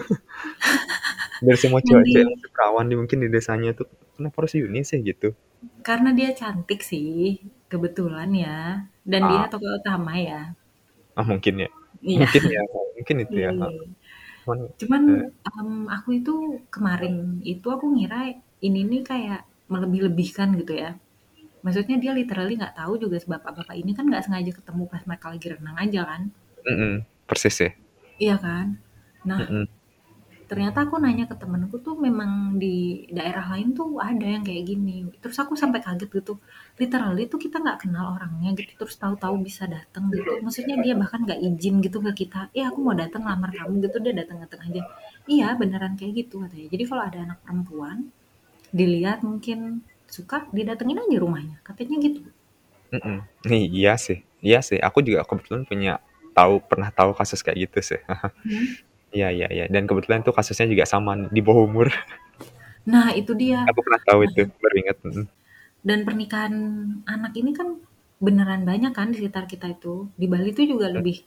Speaker 2: Dari semua
Speaker 1: Yang di
Speaker 2: cewek-cewek yang masih perawan di mungkin di desanya itu, kenapa harus Yuni sih gitu?
Speaker 1: karena dia cantik sih, kebetulan ya. Dan dia
Speaker 2: Ah,
Speaker 1: tokoh utama ya.
Speaker 2: ah, mungkin ya,
Speaker 1: Iya,
Speaker 2: mungkin ya, mungkin itu
Speaker 1: iya
Speaker 2: ya,
Speaker 1: iya
Speaker 2: heeh.
Speaker 1: iya.
Speaker 2: Cuman,
Speaker 1: Cuman,
Speaker 2: eee
Speaker 1: mmm, aku itu kemarin itu aku ngira ini nih kayak melebih-lebihkan gitu ya. Maksudnya dia literally nggak tahu juga si bapak-bapak ini kan nggak sengaja ketemu pas mereka lagi renang aja kan.
Speaker 2: mhm, persis sih,
Speaker 1: Iya kan? Nah,
Speaker 2: mhm,
Speaker 1: ternyata aku nanya ke temenku tuh memang di daerah lain tuh ada yang kayak gini. Terus aku sampai kaget gitu. Literally tuh kita nggak kenal orangnya gitu. Terus tahu-tahu bisa datang gitu. Maksudnya dia bahkan nggak izin gitu ke kita. Eh aku mau datang lamar kamu gitu. Dia datang-datang aja. Iya beneran kayak gitu katanya. Jadi kalau ada anak perempuan dilihat mungkin suka didatengin aja rumahnya. Katanya gitu.
Speaker 2: mhm. Nih, iya sih iya sih, aku juga kebetulan punya tahu pernah tahu kasus kayak gitu sih.
Speaker 1: Hmm.
Speaker 2: Iya iya iya, dan kebetulan tuh kasusnya juga sama di bawah umur.
Speaker 1: Nah itu dia.
Speaker 2: Aku pernah tahu
Speaker 1: Nah,
Speaker 2: itu, baru ingat, mhm,
Speaker 1: dan pernikahan anak ini kan beneran banyak kan di sekitar kita itu. Di Bali tuh juga
Speaker 2: mhm,
Speaker 1: lebih,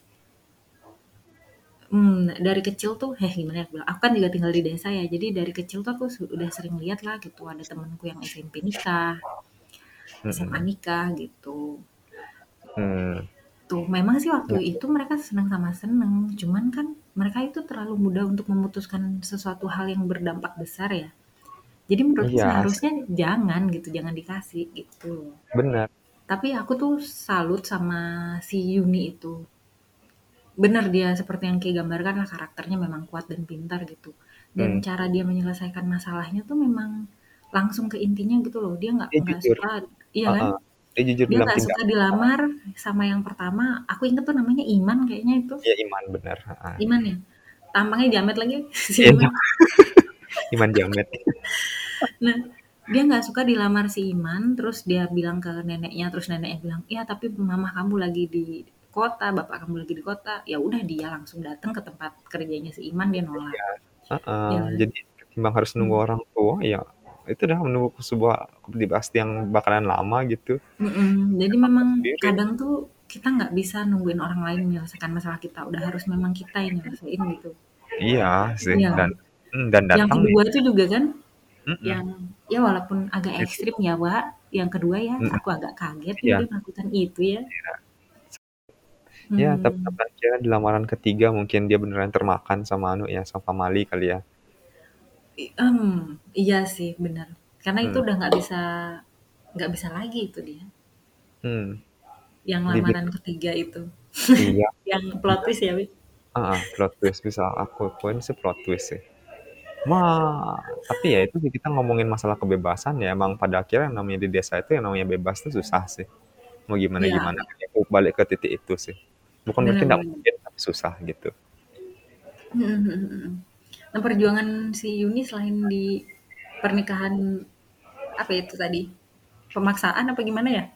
Speaker 1: mmm, dari kecil tuh eh, gimana ya aku bilang, aku kan juga tinggal di desa ya, jadi dari kecil tuh aku su udah sering lihat lah gitu, ada temenku yang S M P nikah, S M A
Speaker 2: mhm,
Speaker 1: nikah gitu.
Speaker 2: mmm,
Speaker 1: Tuh, memang sih waktu
Speaker 2: iya
Speaker 1: itu mereka seneng sama seneng, cuman kan mereka itu terlalu mudah untuk memutuskan sesuatu hal yang berdampak besar ya. Jadi menurutku
Speaker 2: iya sih,
Speaker 1: seharusnya jangan gitu, jangan dikasih gitu loh.
Speaker 2: bener,
Speaker 1: Tapi aku tuh salut sama si Yuni itu. Bener dia seperti yang Ki gambarkan lah karakternya memang kuat dan pintar gitu. Dan
Speaker 2: mmm,
Speaker 1: cara dia menyelesaikan masalahnya tuh memang langsung ke intinya gitu loh. Dia nggak
Speaker 2: dia
Speaker 1: nggak
Speaker 2: jujur,
Speaker 1: suka, iya kan?
Speaker 2: heeh, dia jujur
Speaker 1: Dia
Speaker 2: dalam
Speaker 1: nggak suka
Speaker 2: tindakan,
Speaker 1: dilamar sama yang pertama. Aku inget tuh namanya Iman kayaknya itu.
Speaker 2: iya Iman, bener, heeh.
Speaker 1: Iman ya? Tampangnya jamet lagi si
Speaker 2: Iya,
Speaker 1: Iman.
Speaker 2: Iman Jamet,
Speaker 1: Nah, dia nggak suka dilamar si Iman, terus dia bilang ke neneknya, terus neneknya bilang, "Ya, tapi mama kamu lagi di kota, bapak kamu lagi di kota." Ya udah dia langsung datang ke tempat kerjanya si Iman, dia nolak.
Speaker 2: iya, heeh,
Speaker 1: Ya kan?
Speaker 2: jadi ketimbang harus nunggu
Speaker 1: Mmm,
Speaker 2: orang tua, ya itu dah menunggu sebuah kepastian bakalan lama gitu,
Speaker 1: mhm. Jadi
Speaker 2: aku
Speaker 1: memang
Speaker 2: sendiri
Speaker 1: kadang tuh kita nggak bisa nungguin orang lain menyelesaikan masalah kita, udah harus memang kita yang nyelesain gitu.
Speaker 2: iya sih,
Speaker 1: Iya kan?
Speaker 2: dan mmm, dan
Speaker 1: Yang
Speaker 2: datang
Speaker 1: kedua tuh juga kan,
Speaker 2: mhm,
Speaker 1: yang ya walaupun agak
Speaker 2: itu,
Speaker 1: ekstrim ya, Wak, yang kedua ya
Speaker 2: mhm,
Speaker 1: aku agak kaget nih
Speaker 2: iya,
Speaker 1: dia melakukan itu ya.
Speaker 2: iya. Ya, tapi
Speaker 1: Mmm.
Speaker 2: sampai akhirnya di lamaran ketiga mungkin dia beneran termakan sama anu ya, sama famali kali ya.
Speaker 1: I mmm, iya sih bener. Karena itu
Speaker 2: Mmm,
Speaker 1: udah nggak bisa nggak bisa lagi itu dia,
Speaker 2: mhm,
Speaker 1: yang lamaran
Speaker 2: dibilang
Speaker 1: ketiga itu.
Speaker 2: iya
Speaker 1: Yang plot
Speaker 2: iya,
Speaker 1: twist ya, Wi?
Speaker 2: heeh, plot twist bisa aku akuin sih plot twist sih. Wah, tapi ya itu sih kita ngomongin masalah kebebasan ya emang pada akhirnya yang namanya di desa itu yang namanya bebas itu susah sih. Mau
Speaker 1: Iya,
Speaker 2: gimana-gimana aku balik ke titik itu sih. Bukan berarti
Speaker 1: bener
Speaker 2: nggak
Speaker 1: bener.
Speaker 2: mungkin, tapi susah gitu.
Speaker 1: Mhm mhm mhm. Nah, perjuangan si Yuni selain di pernikahan, apa itu tadi, pemaksaan apa gimana ya?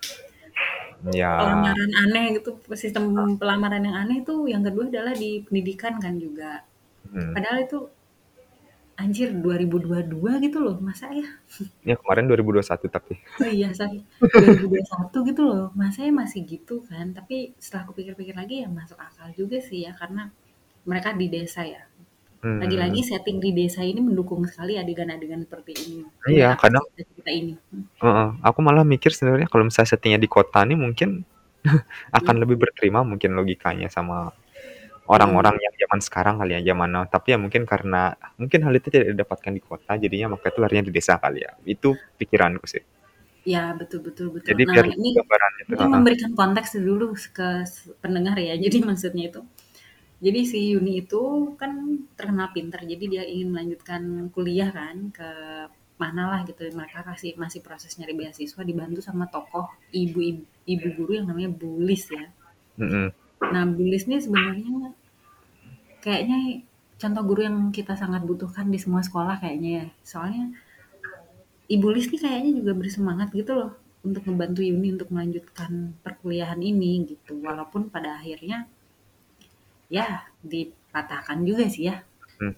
Speaker 2: Ya,
Speaker 1: Pelamaran aneh gitu, sistem pelamaran yang aneh tuh yang kedua adalah di pendidikan kan juga.
Speaker 2: mhm.
Speaker 1: Padahal itu anjir dua ribu dua puluh dua gitu loh, masa ya?
Speaker 2: Ya kemarin dua ribu dua puluh satu tapi.
Speaker 1: Oh iya, sorry, dua ribu dua puluh satu gitu loh, masa ya masih gitu kan? Tapi setelah aku pikir-pikir lagi ya masuk akal juga sih ya, karena mereka di desa ya. Lagi-lagi
Speaker 2: Mhm.
Speaker 1: setting di desa ini mendukung sekali adegan-adegan seperti ini, dengan
Speaker 2: Iya,
Speaker 1: apa
Speaker 2: kadang
Speaker 1: cerita-cerita ini.
Speaker 2: heeh, aku malah mikir sebenarnya kalau misalnya setting di kota nih mungkin akan
Speaker 1: Mhm,
Speaker 2: lebih berterima mungkin logikanya sama
Speaker 1: mhm.
Speaker 2: orang-orang yang zaman sekarang kali ya, zaman now. Tapi ya mungkin karena mungkin hal itu tidak didapatkan di kota, jadinya makanya itu larinya di desa kali ya. Itu pikiranku sih.
Speaker 1: Ya, betul betul betul.
Speaker 2: Jadi
Speaker 1: Nah,
Speaker 2: biar
Speaker 1: ini
Speaker 2: gambaran itu
Speaker 1: mungkin
Speaker 2: heeh.
Speaker 1: memberikan konteks dulu ke s pendengar ya. Jadi maksudnya itu, jadi si Yuni itu kan terkenal pinter, jadi dia ingin melanjutkan kuliah kan ke manalah gitu. Mereka kasih masih proses nyari beasiswa dibantu sama tokoh ibu ibu, ibu guru yang namanya Bu Lis ya.
Speaker 2: Mhm.
Speaker 1: Nah, Bu Lis nih sebenarnya kayaknya contoh guru yang kita sangat butuhkan di semua sekolah kayaknya ya. Soalnya Ibu Lis nih kayaknya juga bersemangat gitu loh untuk ngebantu Yuni untuk melanjutkan perkuliahan ini gitu. Walaupun pada akhirnya ya dipatahkan juga sih ya.
Speaker 2: Mhm.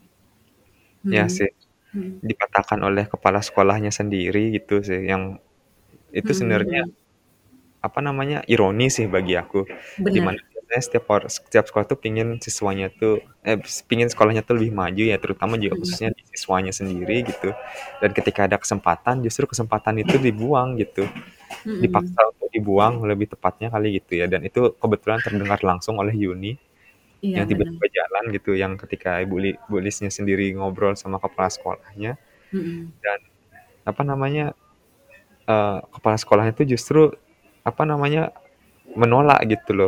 Speaker 2: Ya
Speaker 1: Mhm.
Speaker 2: sih,
Speaker 1: Mhm.
Speaker 2: dipatahkan oleh kepala sekolahnya sendiri gitu sih, yang itu
Speaker 1: Mhm
Speaker 2: sebenarnya
Speaker 1: mhm.
Speaker 2: apa namanya, ironi sih bagi aku. Di mana
Speaker 1: Bener.
Speaker 2: biasanya setiap or setiap sekolah tuh pengen siswanya tuh eh, pengen sekolahnya tuh lebih maju ya, terutama juga
Speaker 1: Mhm.
Speaker 2: khususnya di siswanya sendiri gitu. Dan ketika ada kesempatan, justru kesempatan itu dibuang gitu.
Speaker 1: Mhm.
Speaker 2: Dipaksa untuk dibuang lebih tepatnya kali gitu ya. Dan itu kebetulan terdengar langsung oleh Yuni
Speaker 1: Iya
Speaker 2: yang
Speaker 1: bener.
Speaker 2: tiba-tiba jalan gitu, yang ketika Ibu Li Bu Lisnya sendiri ngobrol sama kepala sekolahnya
Speaker 1: Mhm.
Speaker 2: dan apa namanya, eee, kepala sekolahnya itu justru apa namanya, menolak gitu loh.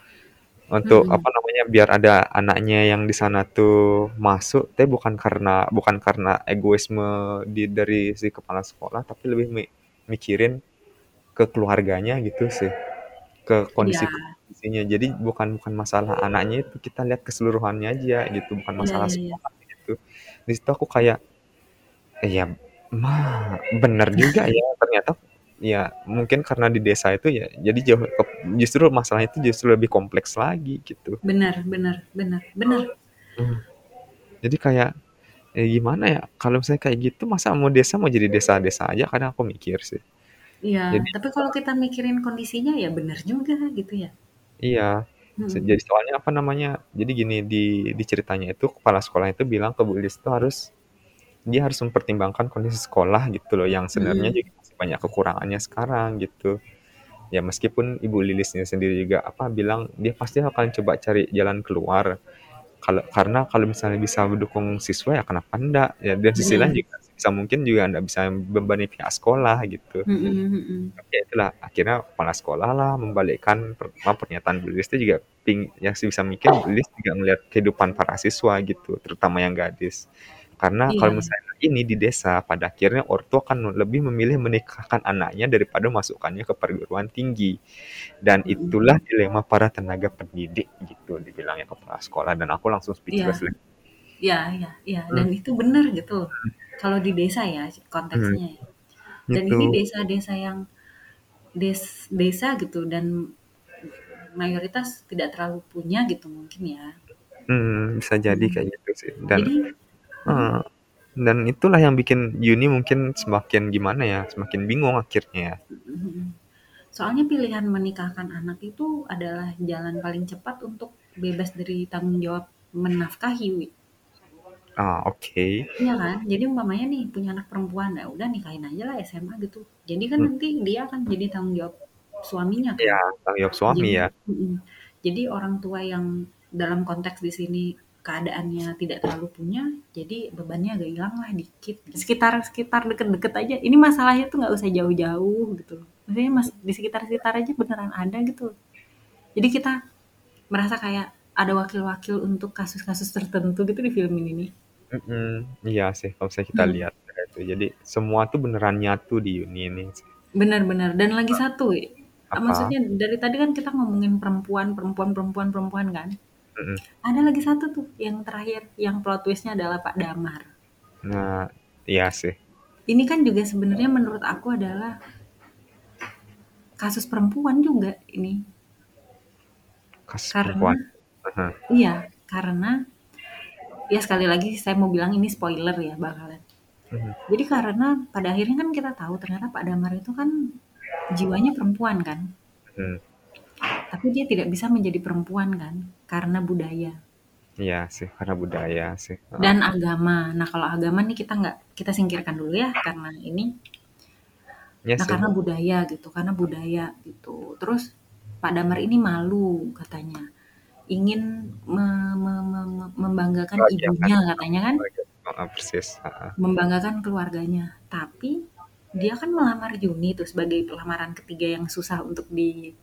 Speaker 2: Untuk
Speaker 1: Mhm.
Speaker 2: apa namanya, biar ada anaknya yang di sana tuh masuk, tapi bukan karena bukan karena egoisme di dari si kepala sekolah, tapi lebih mi mikirin ke keluarganya gitu sih, ke kondisi
Speaker 1: Iya.
Speaker 2: kondisinya. Jadi bukan bukan masalah anaknya itu, kita lihat keseluruhannya aja gitu, bukan
Speaker 1: Iya
Speaker 2: masalah
Speaker 1: iya iya.
Speaker 2: sekolah gitu. Di situ aku kayak, iya, mah bener juga ya ternyata ya mungkin karena di desa itu ya, jadi jauh kep justru masalahnya itu justru lebih kompleks lagi gitu.
Speaker 1: Bener bener bener bener.
Speaker 2: Mmm. Jadi kayak, ya gimana ya, kalau misalnya kayak gitu masa mau desa mau jadi desa-desa aja kadang aku mikir sih.
Speaker 1: Iya,
Speaker 2: Jadi
Speaker 1: tapi kalau kita mikirin kondisinya ya bener juga gitu ya.
Speaker 2: iya, se
Speaker 1: Mhm.
Speaker 2: jadi soalnya apa namanya, jadi gini di di ceritanya itu kepala sekolah itu bilang ke Bu Lilis tuh harus dia harus mempertimbangkan kondisi sekolah gitu loh yang sebenarnya
Speaker 1: Mhm.
Speaker 2: juga masih banyak kekurangannya sekarang gitu. Ya meskipun Ibu Lilisnya sendiri juga apa, bilang dia pasti akan coba cari jalan keluar. Kalau karena kalau misalnya bisa mendukung siswa ya kenapa enggak, ya dan sisi lain
Speaker 1: Bener.
Speaker 2: juga sebisa mungkin juga nggak bisa membebani pihak sekolah gitu.
Speaker 1: Mhm mhm.
Speaker 2: Tapi ya itulah akhirnya kepala sekolah lah membalikkan per apa, pernyataan Bu Lilis itu juga ping yang sebisa mungkin Bu Lilis juga melihat kehidupan para siswa gitu, terutama yang gadis. Karena kalau
Speaker 1: Iya.
Speaker 2: misalnya ini di desa, pada akhirnya ortu akan lebih memilih menikahkan anaknya daripada masukkannya ke perguruan tinggi. Dan
Speaker 1: Mhm.
Speaker 2: itulah dilema para tenaga pendidik gitu dibilangnya kepala sekolah dan aku langsung speechless
Speaker 1: Iya.
Speaker 2: lagi.
Speaker 1: Iya iya iya,
Speaker 2: Mmm,
Speaker 1: dan itu bener gitu loh, kalau di desa ya
Speaker 2: mhm,
Speaker 1: konteksnya ya. Dan
Speaker 2: gitu.
Speaker 1: ini desa-desa yang des desa gitu dan mayoritas tidak terlalu punya gitu mungkin ya.
Speaker 2: Mhm, bisa jadi
Speaker 1: Mhm.
Speaker 2: kayak gitu sih dan
Speaker 1: Jadi mhm
Speaker 2: heeh, dan itulah yang bikin Yuni mungkin semakin gimana ya, semakin bingung akhirnya ya.
Speaker 1: mhm mhm. Soalnya pilihan menikahkan anak itu adalah jalan paling cepat untuk bebas dari tanggung jawab menafkahi, Wi.
Speaker 2: Ah, oke.
Speaker 1: Iya kan? Jadi umpamanya nih punya anak perempuan, ya udah nikahin aja lah S M A gitu. Jadi kan
Speaker 2: Mmm,
Speaker 1: nanti dia akan jadi tanggung jawab suaminya kan.
Speaker 2: iya, tanggung jawab suami
Speaker 1: Jadi
Speaker 2: ya.
Speaker 1: mhm, jadi orang tua yang dalam konteks di sini keadaannya tidak terlalu punya, jadi bebannya agak hilang lah dikit. Sekitar sekitar deket-deket aja. Ini masalahnya tuh nggak usah jauh-jauh gitu loh. Maksudnya mas di sekitar-sekitar aja beneran ada gitu loh. Jadi kita merasa kayak ada wakil-wakil untuk kasus-kasus tertentu gitu di film ini nih.
Speaker 2: Mhm, iya sih kalau misalnya kita
Speaker 1: Mhm.
Speaker 2: lihat itu. Jadi semua tuh beneran nyatu di Uni ini sih.
Speaker 1: Benar benar, dan lagi satu, eee,
Speaker 2: Apa?
Speaker 1: maksudnya dari tadi kan kita ngomongin perempuan perempuan perempuan perempuan kan.
Speaker 2: Mhm.
Speaker 1: Ada lagi satu tuh yang terakhir, yang plot twist-nya adalah Pak Damar.
Speaker 2: Nah, iya sih.
Speaker 1: Ini kan juga sebenarnya menurut aku adalah kasus perempuan juga ini.
Speaker 2: Kasus
Speaker 1: Karena
Speaker 2: perempuan. Heeh.
Speaker 1: iya, karena ya sekali lagi saya mau bilang ini spoiler ya bakalan.
Speaker 2: Mhm.
Speaker 1: Jadi karena pada akhirnya kan kita tahu ternyata Pak Damar itu kan jiwanya perempuan kan.
Speaker 2: Mhm.
Speaker 1: Tapi dia tidak bisa menjadi perempuan kan, karena budaya.
Speaker 2: Iya sih, karena budaya sih, heeh.
Speaker 1: Dan agama. Nah kalau agama nih kita nggak, kita singkirkan dulu ya karena ini.
Speaker 2: Iya
Speaker 1: Nah
Speaker 2: sih.
Speaker 1: karena budaya gitu, karena budaya gitu. Terus Pak Damar ini malu katanya, ingin me me me me membanggakan
Speaker 2: Merahasiakan,
Speaker 1: ibunya katanya kan,
Speaker 2: heeh, persis, heeh.
Speaker 1: membanggakan keluarganya. Tapi dia kan melamar Yuni tuh sebagai lamaran ketiga yang susah untuk di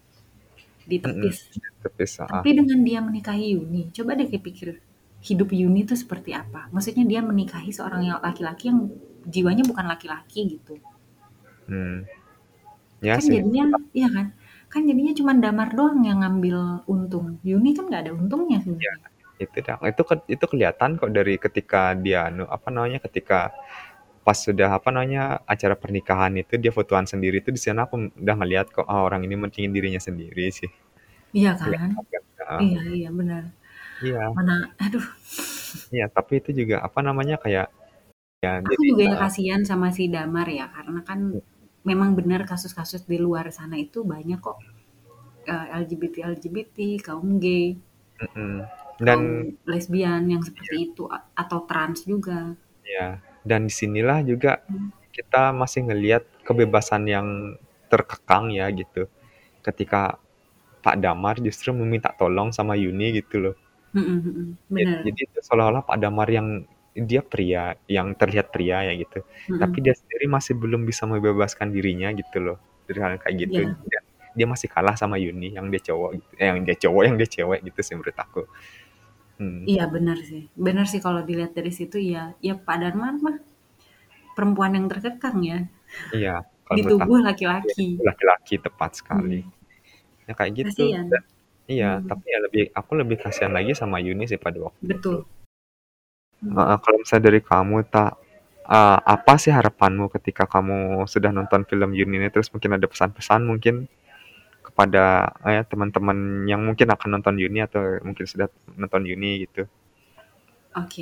Speaker 2: Mhm,
Speaker 1: ditepis.
Speaker 2: tepis, heeh.
Speaker 1: Tapi dengan dia menikahi Yuni, coba deh dipikir hidup Yuni itu seperti apa? Maksudnya dia menikahi seorang yang laki-laki yang jiwanya bukan laki-laki gitu.
Speaker 2: Mmm. Iya
Speaker 1: Kan
Speaker 2: sih.
Speaker 1: jadinya iya kan? Kan jadinya cuman Damar doang yang ngambil untung. Yuni kan nggak ada untungnya
Speaker 2: Iya,
Speaker 1: sebenarnya.
Speaker 2: itu dah itu kan itu kelihatan kok dari ketika dia anu, apa namanya, ketika pas sudah, apa namanya, acara pernikahan itu dia fotoan sendiri tuh di sana aku udah ngelihat kok, oh orang ini mentingin dirinya sendiri sih.
Speaker 1: Iya kan?
Speaker 2: Kelihatan kan, heeh.
Speaker 1: Iya iya benar.
Speaker 2: Iya.
Speaker 1: Mana aduh,
Speaker 2: Iya, tapi itu juga, apa namanya, kayak ya
Speaker 1: aku
Speaker 2: jadi
Speaker 1: juga ya
Speaker 2: heeh.
Speaker 1: kasihan sama si Damar ya karena kan memang benar kasus-kasus di luar sana itu banyak kok, eee, L G B T L G B T, kaum gay,
Speaker 2: Mhm, dan
Speaker 1: kaum lesbian yang seperti
Speaker 2: iya.
Speaker 1: itu a atau trans juga.
Speaker 2: Iya, dan di sinilah juga
Speaker 1: Mmm.
Speaker 2: kita masih ngelihat kebebasan yang terkekang ya gitu, ketika Pak Damar justru meminta tolong sama Yuni gitu loh.
Speaker 1: Mhm mhm,
Speaker 2: Ja
Speaker 1: bener.
Speaker 2: jadi itu seolah-olah Pak Damar yang dia pria, yang terlihat pria ya gitu, tapi
Speaker 1: Mhm.
Speaker 2: dia sendiri masih belum bisa membebaskan dirinya gitu loh, dari hal kayak gitu.
Speaker 1: Iya.
Speaker 2: Dan dia masih kalah sama Yuni yang dia cowok gitu eh, yang dia cowok, yang dia cewek gitu sih menurut aku. Mhm.
Speaker 1: Iya bener sih, bener sih kalau dilihat dari situ ya, ya Pak Damar mah perempuan yang terkekang ya,
Speaker 2: Iya, kalau
Speaker 1: di
Speaker 2: menurut aku
Speaker 1: tubuh
Speaker 2: dia
Speaker 1: laki-laki.
Speaker 2: itu laki-laki tepat sekali.
Speaker 1: Mhm.
Speaker 2: Ya kayak gitu dan
Speaker 1: Kasihan.
Speaker 2: iya,
Speaker 1: Mhm.
Speaker 2: tapi ya lebih aku lebih kasihan lagi sama Yuni sih pada waktu itu.
Speaker 1: Betul. Mhm.
Speaker 2: Heeh, kalau misalnya dari kamu tak eee, apa sih harapanmu ketika kamu sudah nonton film Yuni ini, terus mungkin ada pesan-pesan mungkin kepada, eee, teman-teman yang mungkin akan nonton Yuni atau mungkin sudah nonton Yuni gitu?
Speaker 1: Oke.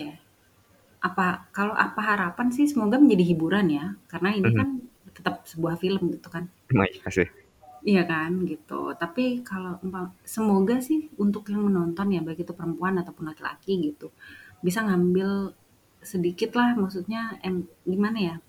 Speaker 1: Apa kalau apa harapan sih semoga menjadi hiburan ya, karena ini
Speaker 2: Mhm.
Speaker 1: kan tetap sebuah film gitu kan.
Speaker 2: Nah, iya sih.
Speaker 1: Iya kan, gitu. Tapi kalau empam semoga sih untuk yang menonton ya, baik itu perempuan ataupun laki-laki gitu, bisa ngambil sedikit lah maksudnya em gimana ya,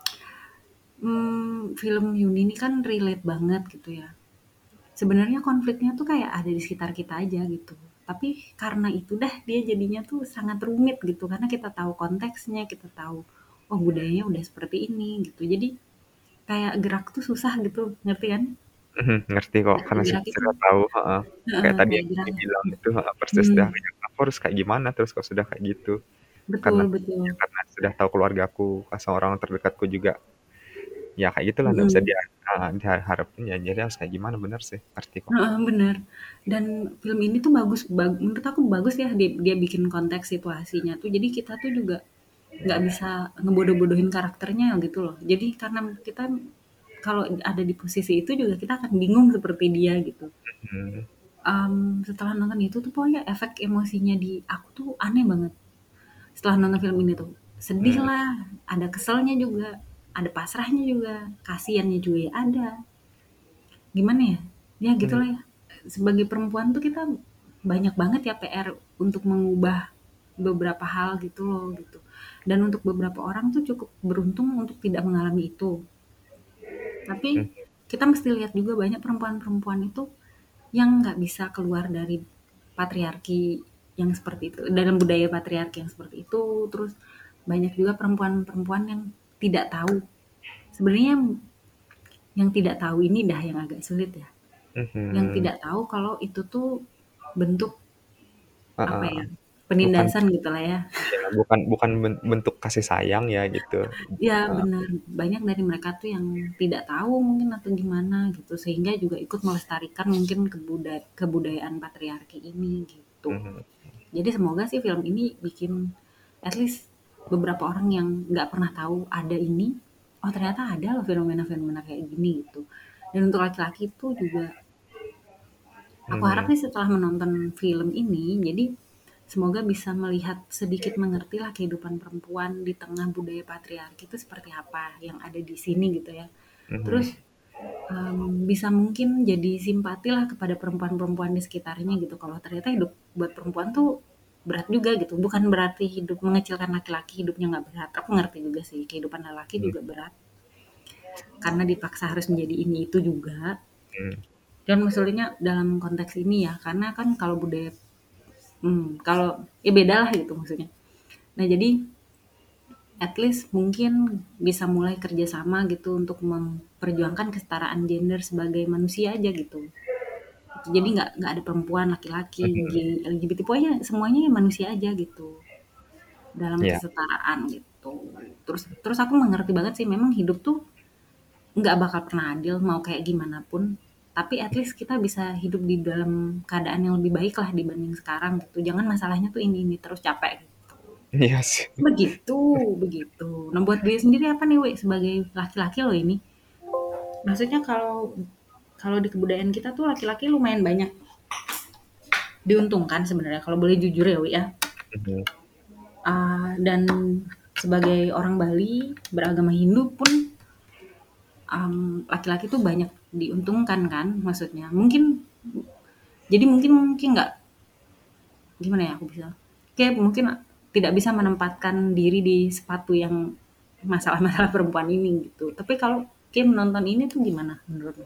Speaker 1: mmm, film Yuni ini kan relate banget gitu ya. Sebenarnya konfliknya tuh kayak ada di sekitar kita aja gitu. Tapi karena itu dah dia jadinya tuh sangat rumit gitu, karena kita tahu konteksnya, kita tahu, oh budayanya udah seperti ini gitu. Jadi kayak gerak tuh susah gitu, ngerti kan?
Speaker 2: Mhm, ngerti kok
Speaker 1: Kayak
Speaker 2: karena
Speaker 1: gerak
Speaker 2: sudah
Speaker 1: itu
Speaker 2: sudah tahu, heeh.
Speaker 1: heeh,
Speaker 2: Kayak tadi
Speaker 1: kayak
Speaker 2: yang
Speaker 1: gerak
Speaker 2: Uni bilang itu heeh, persis dah,
Speaker 1: hmm,
Speaker 2: kayak aku harus kayak gimana terus kalau sudah kayak gitu. Karena
Speaker 1: betul
Speaker 2: ya
Speaker 1: betul.
Speaker 2: karena sudah tahu keluargaku, pas orang terdekatku juga, ya kayak gitulah nggak bisa
Speaker 1: Mhm.
Speaker 2: dia heeh, diharapin ya jadi harus kayak gimana, bener sih, ngerti kok.
Speaker 1: Heeh, bener. Dan film ini tuh bagus bag menurut aku bagus ya dia dia bikin konteks situasinya tuh, jadi kita tuh juga nggak bisa ngebodoh-bodohin karakternya gitu loh. Jadi karena kita kalau ada di posisi itu juga kita akan bingung seperti dia gitu.
Speaker 2: Mhm.
Speaker 1: Mmm, setelah nonton itu tuh pokoknya efek emosinya di aku tuh aneh banget, setelah nonton film ini tuh. Sedih
Speaker 2: Mmm.
Speaker 1: lah, ada keselnya juga, ada pasrahnya juga, kasihannya juga ya ada. Gimana ya, ya
Speaker 2: Mmm.
Speaker 1: gitulah ya. Sebagai perempuan tuh kita banyak banget ya P R untuk mengubah beberapa hal gitu loh, gitu. Dan untuk beberapa orang tuh cukup beruntung untuk tidak mengalami itu. Tapi
Speaker 2: Mhm.
Speaker 1: kita mesti lihat juga banyak perempuan-perempuan itu yang nggak bisa keluar dari patriarki yang seperti itu, dalam budaya patriarki yang seperti itu. Terus banyak juga perempuan-perempuan yang tidak tahu. Sebenarnya yang tidak tahu ini dah yang agak sulit ya. Yang
Speaker 2: Mhm.
Speaker 1: tidak tahu kalau itu tuh bentuk
Speaker 2: Heeh
Speaker 1: apa ya,
Speaker 2: heeh. Bukan
Speaker 1: Penindasan gitulah ya.
Speaker 2: ya bukan bukan ben bentuk kasih sayang ya gitu,
Speaker 1: Iya
Speaker 2: heeh.
Speaker 1: bener, banyak dari mereka tuh yang tidak tahu mungkin atau gimana gitu, sehingga juga ikut melestarikan mungkin kebuda kebudayaan patriarki ini gitu.
Speaker 2: Mhm.
Speaker 1: Jadi semoga sih film ini bikin at least beberapa orang yang nggak pernah tahu ada ini, oh ternyata ada loh fenomena-fenomena kayak gini gitu. Dan untuk laki-laki itu juga aku harap
Speaker 2: Mhm.
Speaker 1: nih setelah menonton film ini, jadi semoga bisa melihat sedikit mengerti lah kehidupan perempuan di tengah budaya patriarki itu seperti apa yang ada di sini gitu ya.
Speaker 2: Mhm.
Speaker 1: Terus um, bisa mungkin jadi simpati lah kepada perempuan-perempuan di sekitarnya gitu. Kalau ternyata hidup buat perempuan tuh berat juga gitu. Bukan berarti hidup mengecilkan laki-laki hidupnya nggak berat. Aku ngerti juga sih kehidupan laki
Speaker 2: Mhm.
Speaker 1: juga berat karena dipaksa harus menjadi ini itu juga.
Speaker 2: Mhm.
Speaker 1: Dan maksudnya dalam konteks ini ya, karena kan kalau budaya hmm, kalau ya beda lah gitu maksudnya. Nah jadi at least mungkin bisa mulai kerjasama gitu untuk memperjuangkan kesetaraan gender sebagai manusia aja gitu. Jadi nggak nggak ada perempuan, laki-laki,
Speaker 2: Mhm.
Speaker 1: gay, L G B T, pokoknya semuanya ya manusia aja gitu dalam
Speaker 2: Iya.
Speaker 1: kesetaraan gitu. Terus terus aku mengerti banget sih memang hidup tuh nggak bakal pernah adil mau kayak gimana pun. Tapi at least kita bisa hidup di dalam keadaan yang lebih baik lah dibanding sekarang gitu. Jangan masalahnya tuh ini ini terus capek gitu.
Speaker 2: Iya sih.
Speaker 1: Begitu, begitu. Nah, buat diri sendiri apa nih, Wei, sebagai laki-laki loh ini? Maksudnya kalau kalau di kebudayaan kita tuh laki-laki lumayan banyak diuntungkan sebenarnya kalau boleh jujur ya, Wei ya.
Speaker 2: Mhm.
Speaker 1: Ah, dan sebagai orang Bali beragama Hindu pun um, laki-laki tuh banyak diuntungkan kan maksudnya. Mungkin jadi mungkin mungkin nggak gimana ya aku bisa. Kayak mungkin tidak bisa menempatkan diri di sepatu yang masalah-masalah perempuan ini gitu. Tapi kalau Kim menonton ini tuh gimana menurutmu?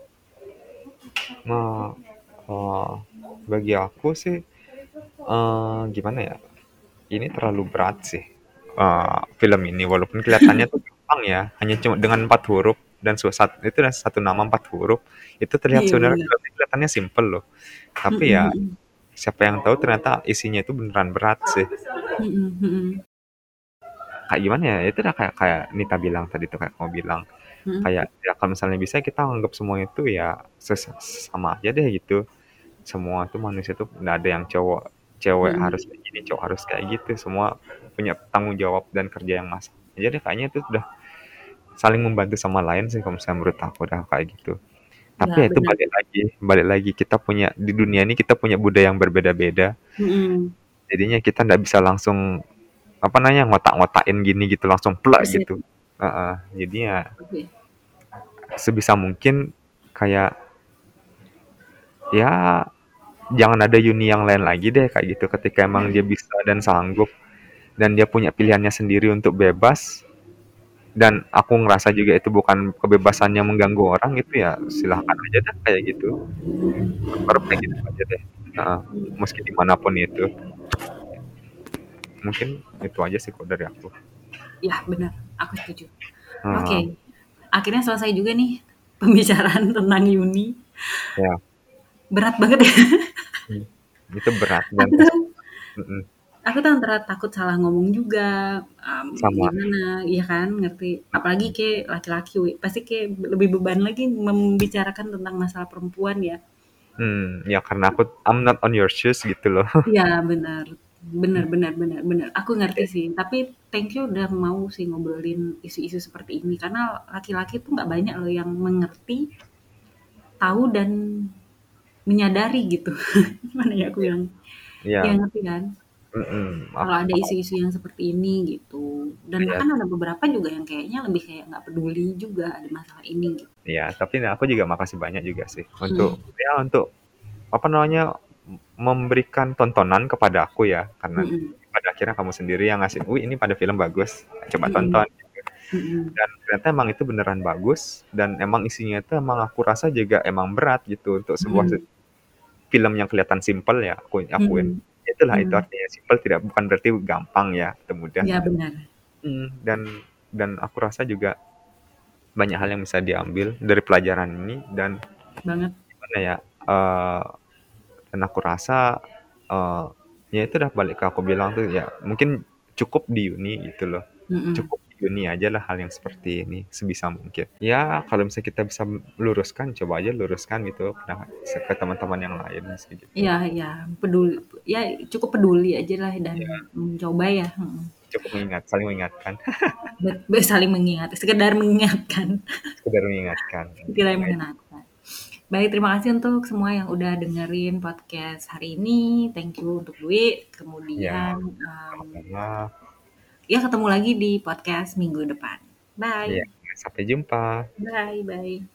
Speaker 2: Nah, eee, bagi aku sih, eee, gimana ya, ini terlalu berat sih, eee, film ini walaupun kelihatannya tuh gampang ya, hanya cuma dengan empat huruf dan su sat itu adalah satu nama empat huruf, itu terlihat
Speaker 1: Iya
Speaker 2: sebenarnya
Speaker 1: benar.
Speaker 2: filmnya kelihatannya simpel loh.
Speaker 1: Mhm
Speaker 2: Tapi ya,
Speaker 1: mhm.
Speaker 2: siapa yang tahu ternyata isinya itu beneran berat sih.
Speaker 1: Mhm mhm.
Speaker 2: Kayak gimana ya, itu udah kayak kayak Nita bilang tadi tuh, kayak kamu bilang,
Speaker 1: Mhm.
Speaker 2: kayak ya kalau misalnya bisa kita anggap semua itu ya ses sama aja deh gitu. Semua tuh manusia tuh nggak ada yang cowok cewek harus
Speaker 1: Mhm.
Speaker 2: kayak gini, cowok harus kayak gitu, semua punya tanggung jawab dan kerja yang mas jadi kayaknya itu udah saling membantu sama lain sih kalau misalnya menurut aku udah kayak gitu. Tapi
Speaker 1: Ya
Speaker 2: ya itu
Speaker 1: benar.
Speaker 2: balik lagi balik lagi kita punya di dunia ini kita punya budaya yang berbeda-beda,
Speaker 1: Mhm.
Speaker 2: jadinya kita nggak bisa langsung, apa namanya, ngotak-ngotakin gini gitu, langsung plek
Speaker 1: Persis.
Speaker 2: gitu. Heeh, jadinya
Speaker 1: Oke.
Speaker 2: sebisa mungkin kayak, ya jangan ada Yuni yang lain lagi deh kayak gitu, ketika emang dia
Speaker 1: Mhm.
Speaker 2: bisa dan sanggup dan dia punya pilihannya sendiri untuk bebas, dan aku ngerasa juga itu bukan kebebasan yang mengganggu orang gitu ya, silahkan aja dah kayak gitu. Aku harap kayak gitu aja deh, heeh, meski dimanapun itu. Mungkin itu aja sih kalau dari aku.
Speaker 1: Ya benar, aku setuju.
Speaker 2: Heeh,
Speaker 1: Oke, akhirnya selesai juga nih pembicaraan tentang Yuni.
Speaker 2: ya,
Speaker 1: Berat banget ya.
Speaker 2: mmm, itu berat dan
Speaker 1: Aku
Speaker 2: pas
Speaker 1: tuh
Speaker 2: mhm,
Speaker 1: aku tuh antara takut salah ngomong juga, mmm,
Speaker 2: sama,
Speaker 1: gimana, iya kan, ngerti. Apalagi
Speaker 2: mhm,
Speaker 1: kayak laki-laki, we, pasti kayak lebih beban lagi membicarakan tentang masalah perempuan ya.
Speaker 2: mmm, ya karena aku I'm not on your shoes gitu loh.
Speaker 1: Iya benar, benar
Speaker 2: Mmm,
Speaker 1: benar benar benar. Aku ngerti
Speaker 2: oke,
Speaker 1: sih, tapi thank you udah mau sih ngobrolin isu-isu seperti ini, karena laki-laki tuh nggak banyak loh yang mengerti, tahu, dan menyadari gitu. Gimana ya aku bilang?
Speaker 2: iya,
Speaker 1: Ya ngerti kan?
Speaker 2: mhm, ak
Speaker 1: Kalau ada
Speaker 2: aku
Speaker 1: isu-isu yang seperti ini gitu. Dan
Speaker 2: iya.
Speaker 1: bahkan ada beberapa juga yang kayaknya lebih kayak nggak peduli juga ada masalah ini gitu.
Speaker 2: Iya, tapi nah aku juga makasih banyak juga sih
Speaker 1: Mhm.
Speaker 2: untuk ya untuk apa namanya memberikan tontonan kepada aku ya karena
Speaker 1: Mhm.
Speaker 2: pada akhirnya kamu sendiri yang ngasih, "Wih ini pada film bagus, coba tonton."
Speaker 1: Mhm. Mhm.
Speaker 2: Dan ternyata emang itu beneran bagus dan emang isinya itu emang aku rasa juga emang berat gitu untuk sebuah se
Speaker 1: Mhm.
Speaker 2: film yang kelihatan simpel ya aku akuin.
Speaker 1: Mhm.
Speaker 2: Itulah itu
Speaker 1: Mhm.
Speaker 2: artinya simpel tidak bukan berarti gampang ya atau mudah.
Speaker 1: Iya benar,
Speaker 2: Mhm, dan dan aku rasa juga banyak hal yang bisa diambil dari pelajaran ini dan
Speaker 1: banget.
Speaker 2: gimana ya, eee, dan aku rasa, eee, Ya itu dah balik ke aku bilang tuh ya, mungkin cukup di uni gitu loh.
Speaker 1: Mhm.
Speaker 2: Cukup di uni aja lah hal yang seperti ini sebisa mungkin. Ya kalau misalnya kita bisa luruskan, coba aja luruskan gitu nah, ke teman-teman yang lain sih gitu.
Speaker 1: Iya iya, peduli ya cukup peduli ajalah dan
Speaker 2: Iya.
Speaker 1: mencoba ya, mhm.
Speaker 2: Cukup mengingat saling mengingatkan.
Speaker 1: Bet be saling mengingat, sekedar mengingatkan.
Speaker 2: Sekedar mengingatkan,
Speaker 1: Sekedar
Speaker 2: intinya itu.
Speaker 1: mengingatkan. Baik, terima kasih untuk semua yang udah dengerin podcast hari ini. Thank you untuk Dwi.
Speaker 2: Iya,
Speaker 1: Kemudian, mmm,
Speaker 2: sama-sama.
Speaker 1: ya ketemu lagi di podcast minggu depan.
Speaker 2: Iya,
Speaker 1: Bye.
Speaker 2: sampai jumpa.
Speaker 1: Bye bye.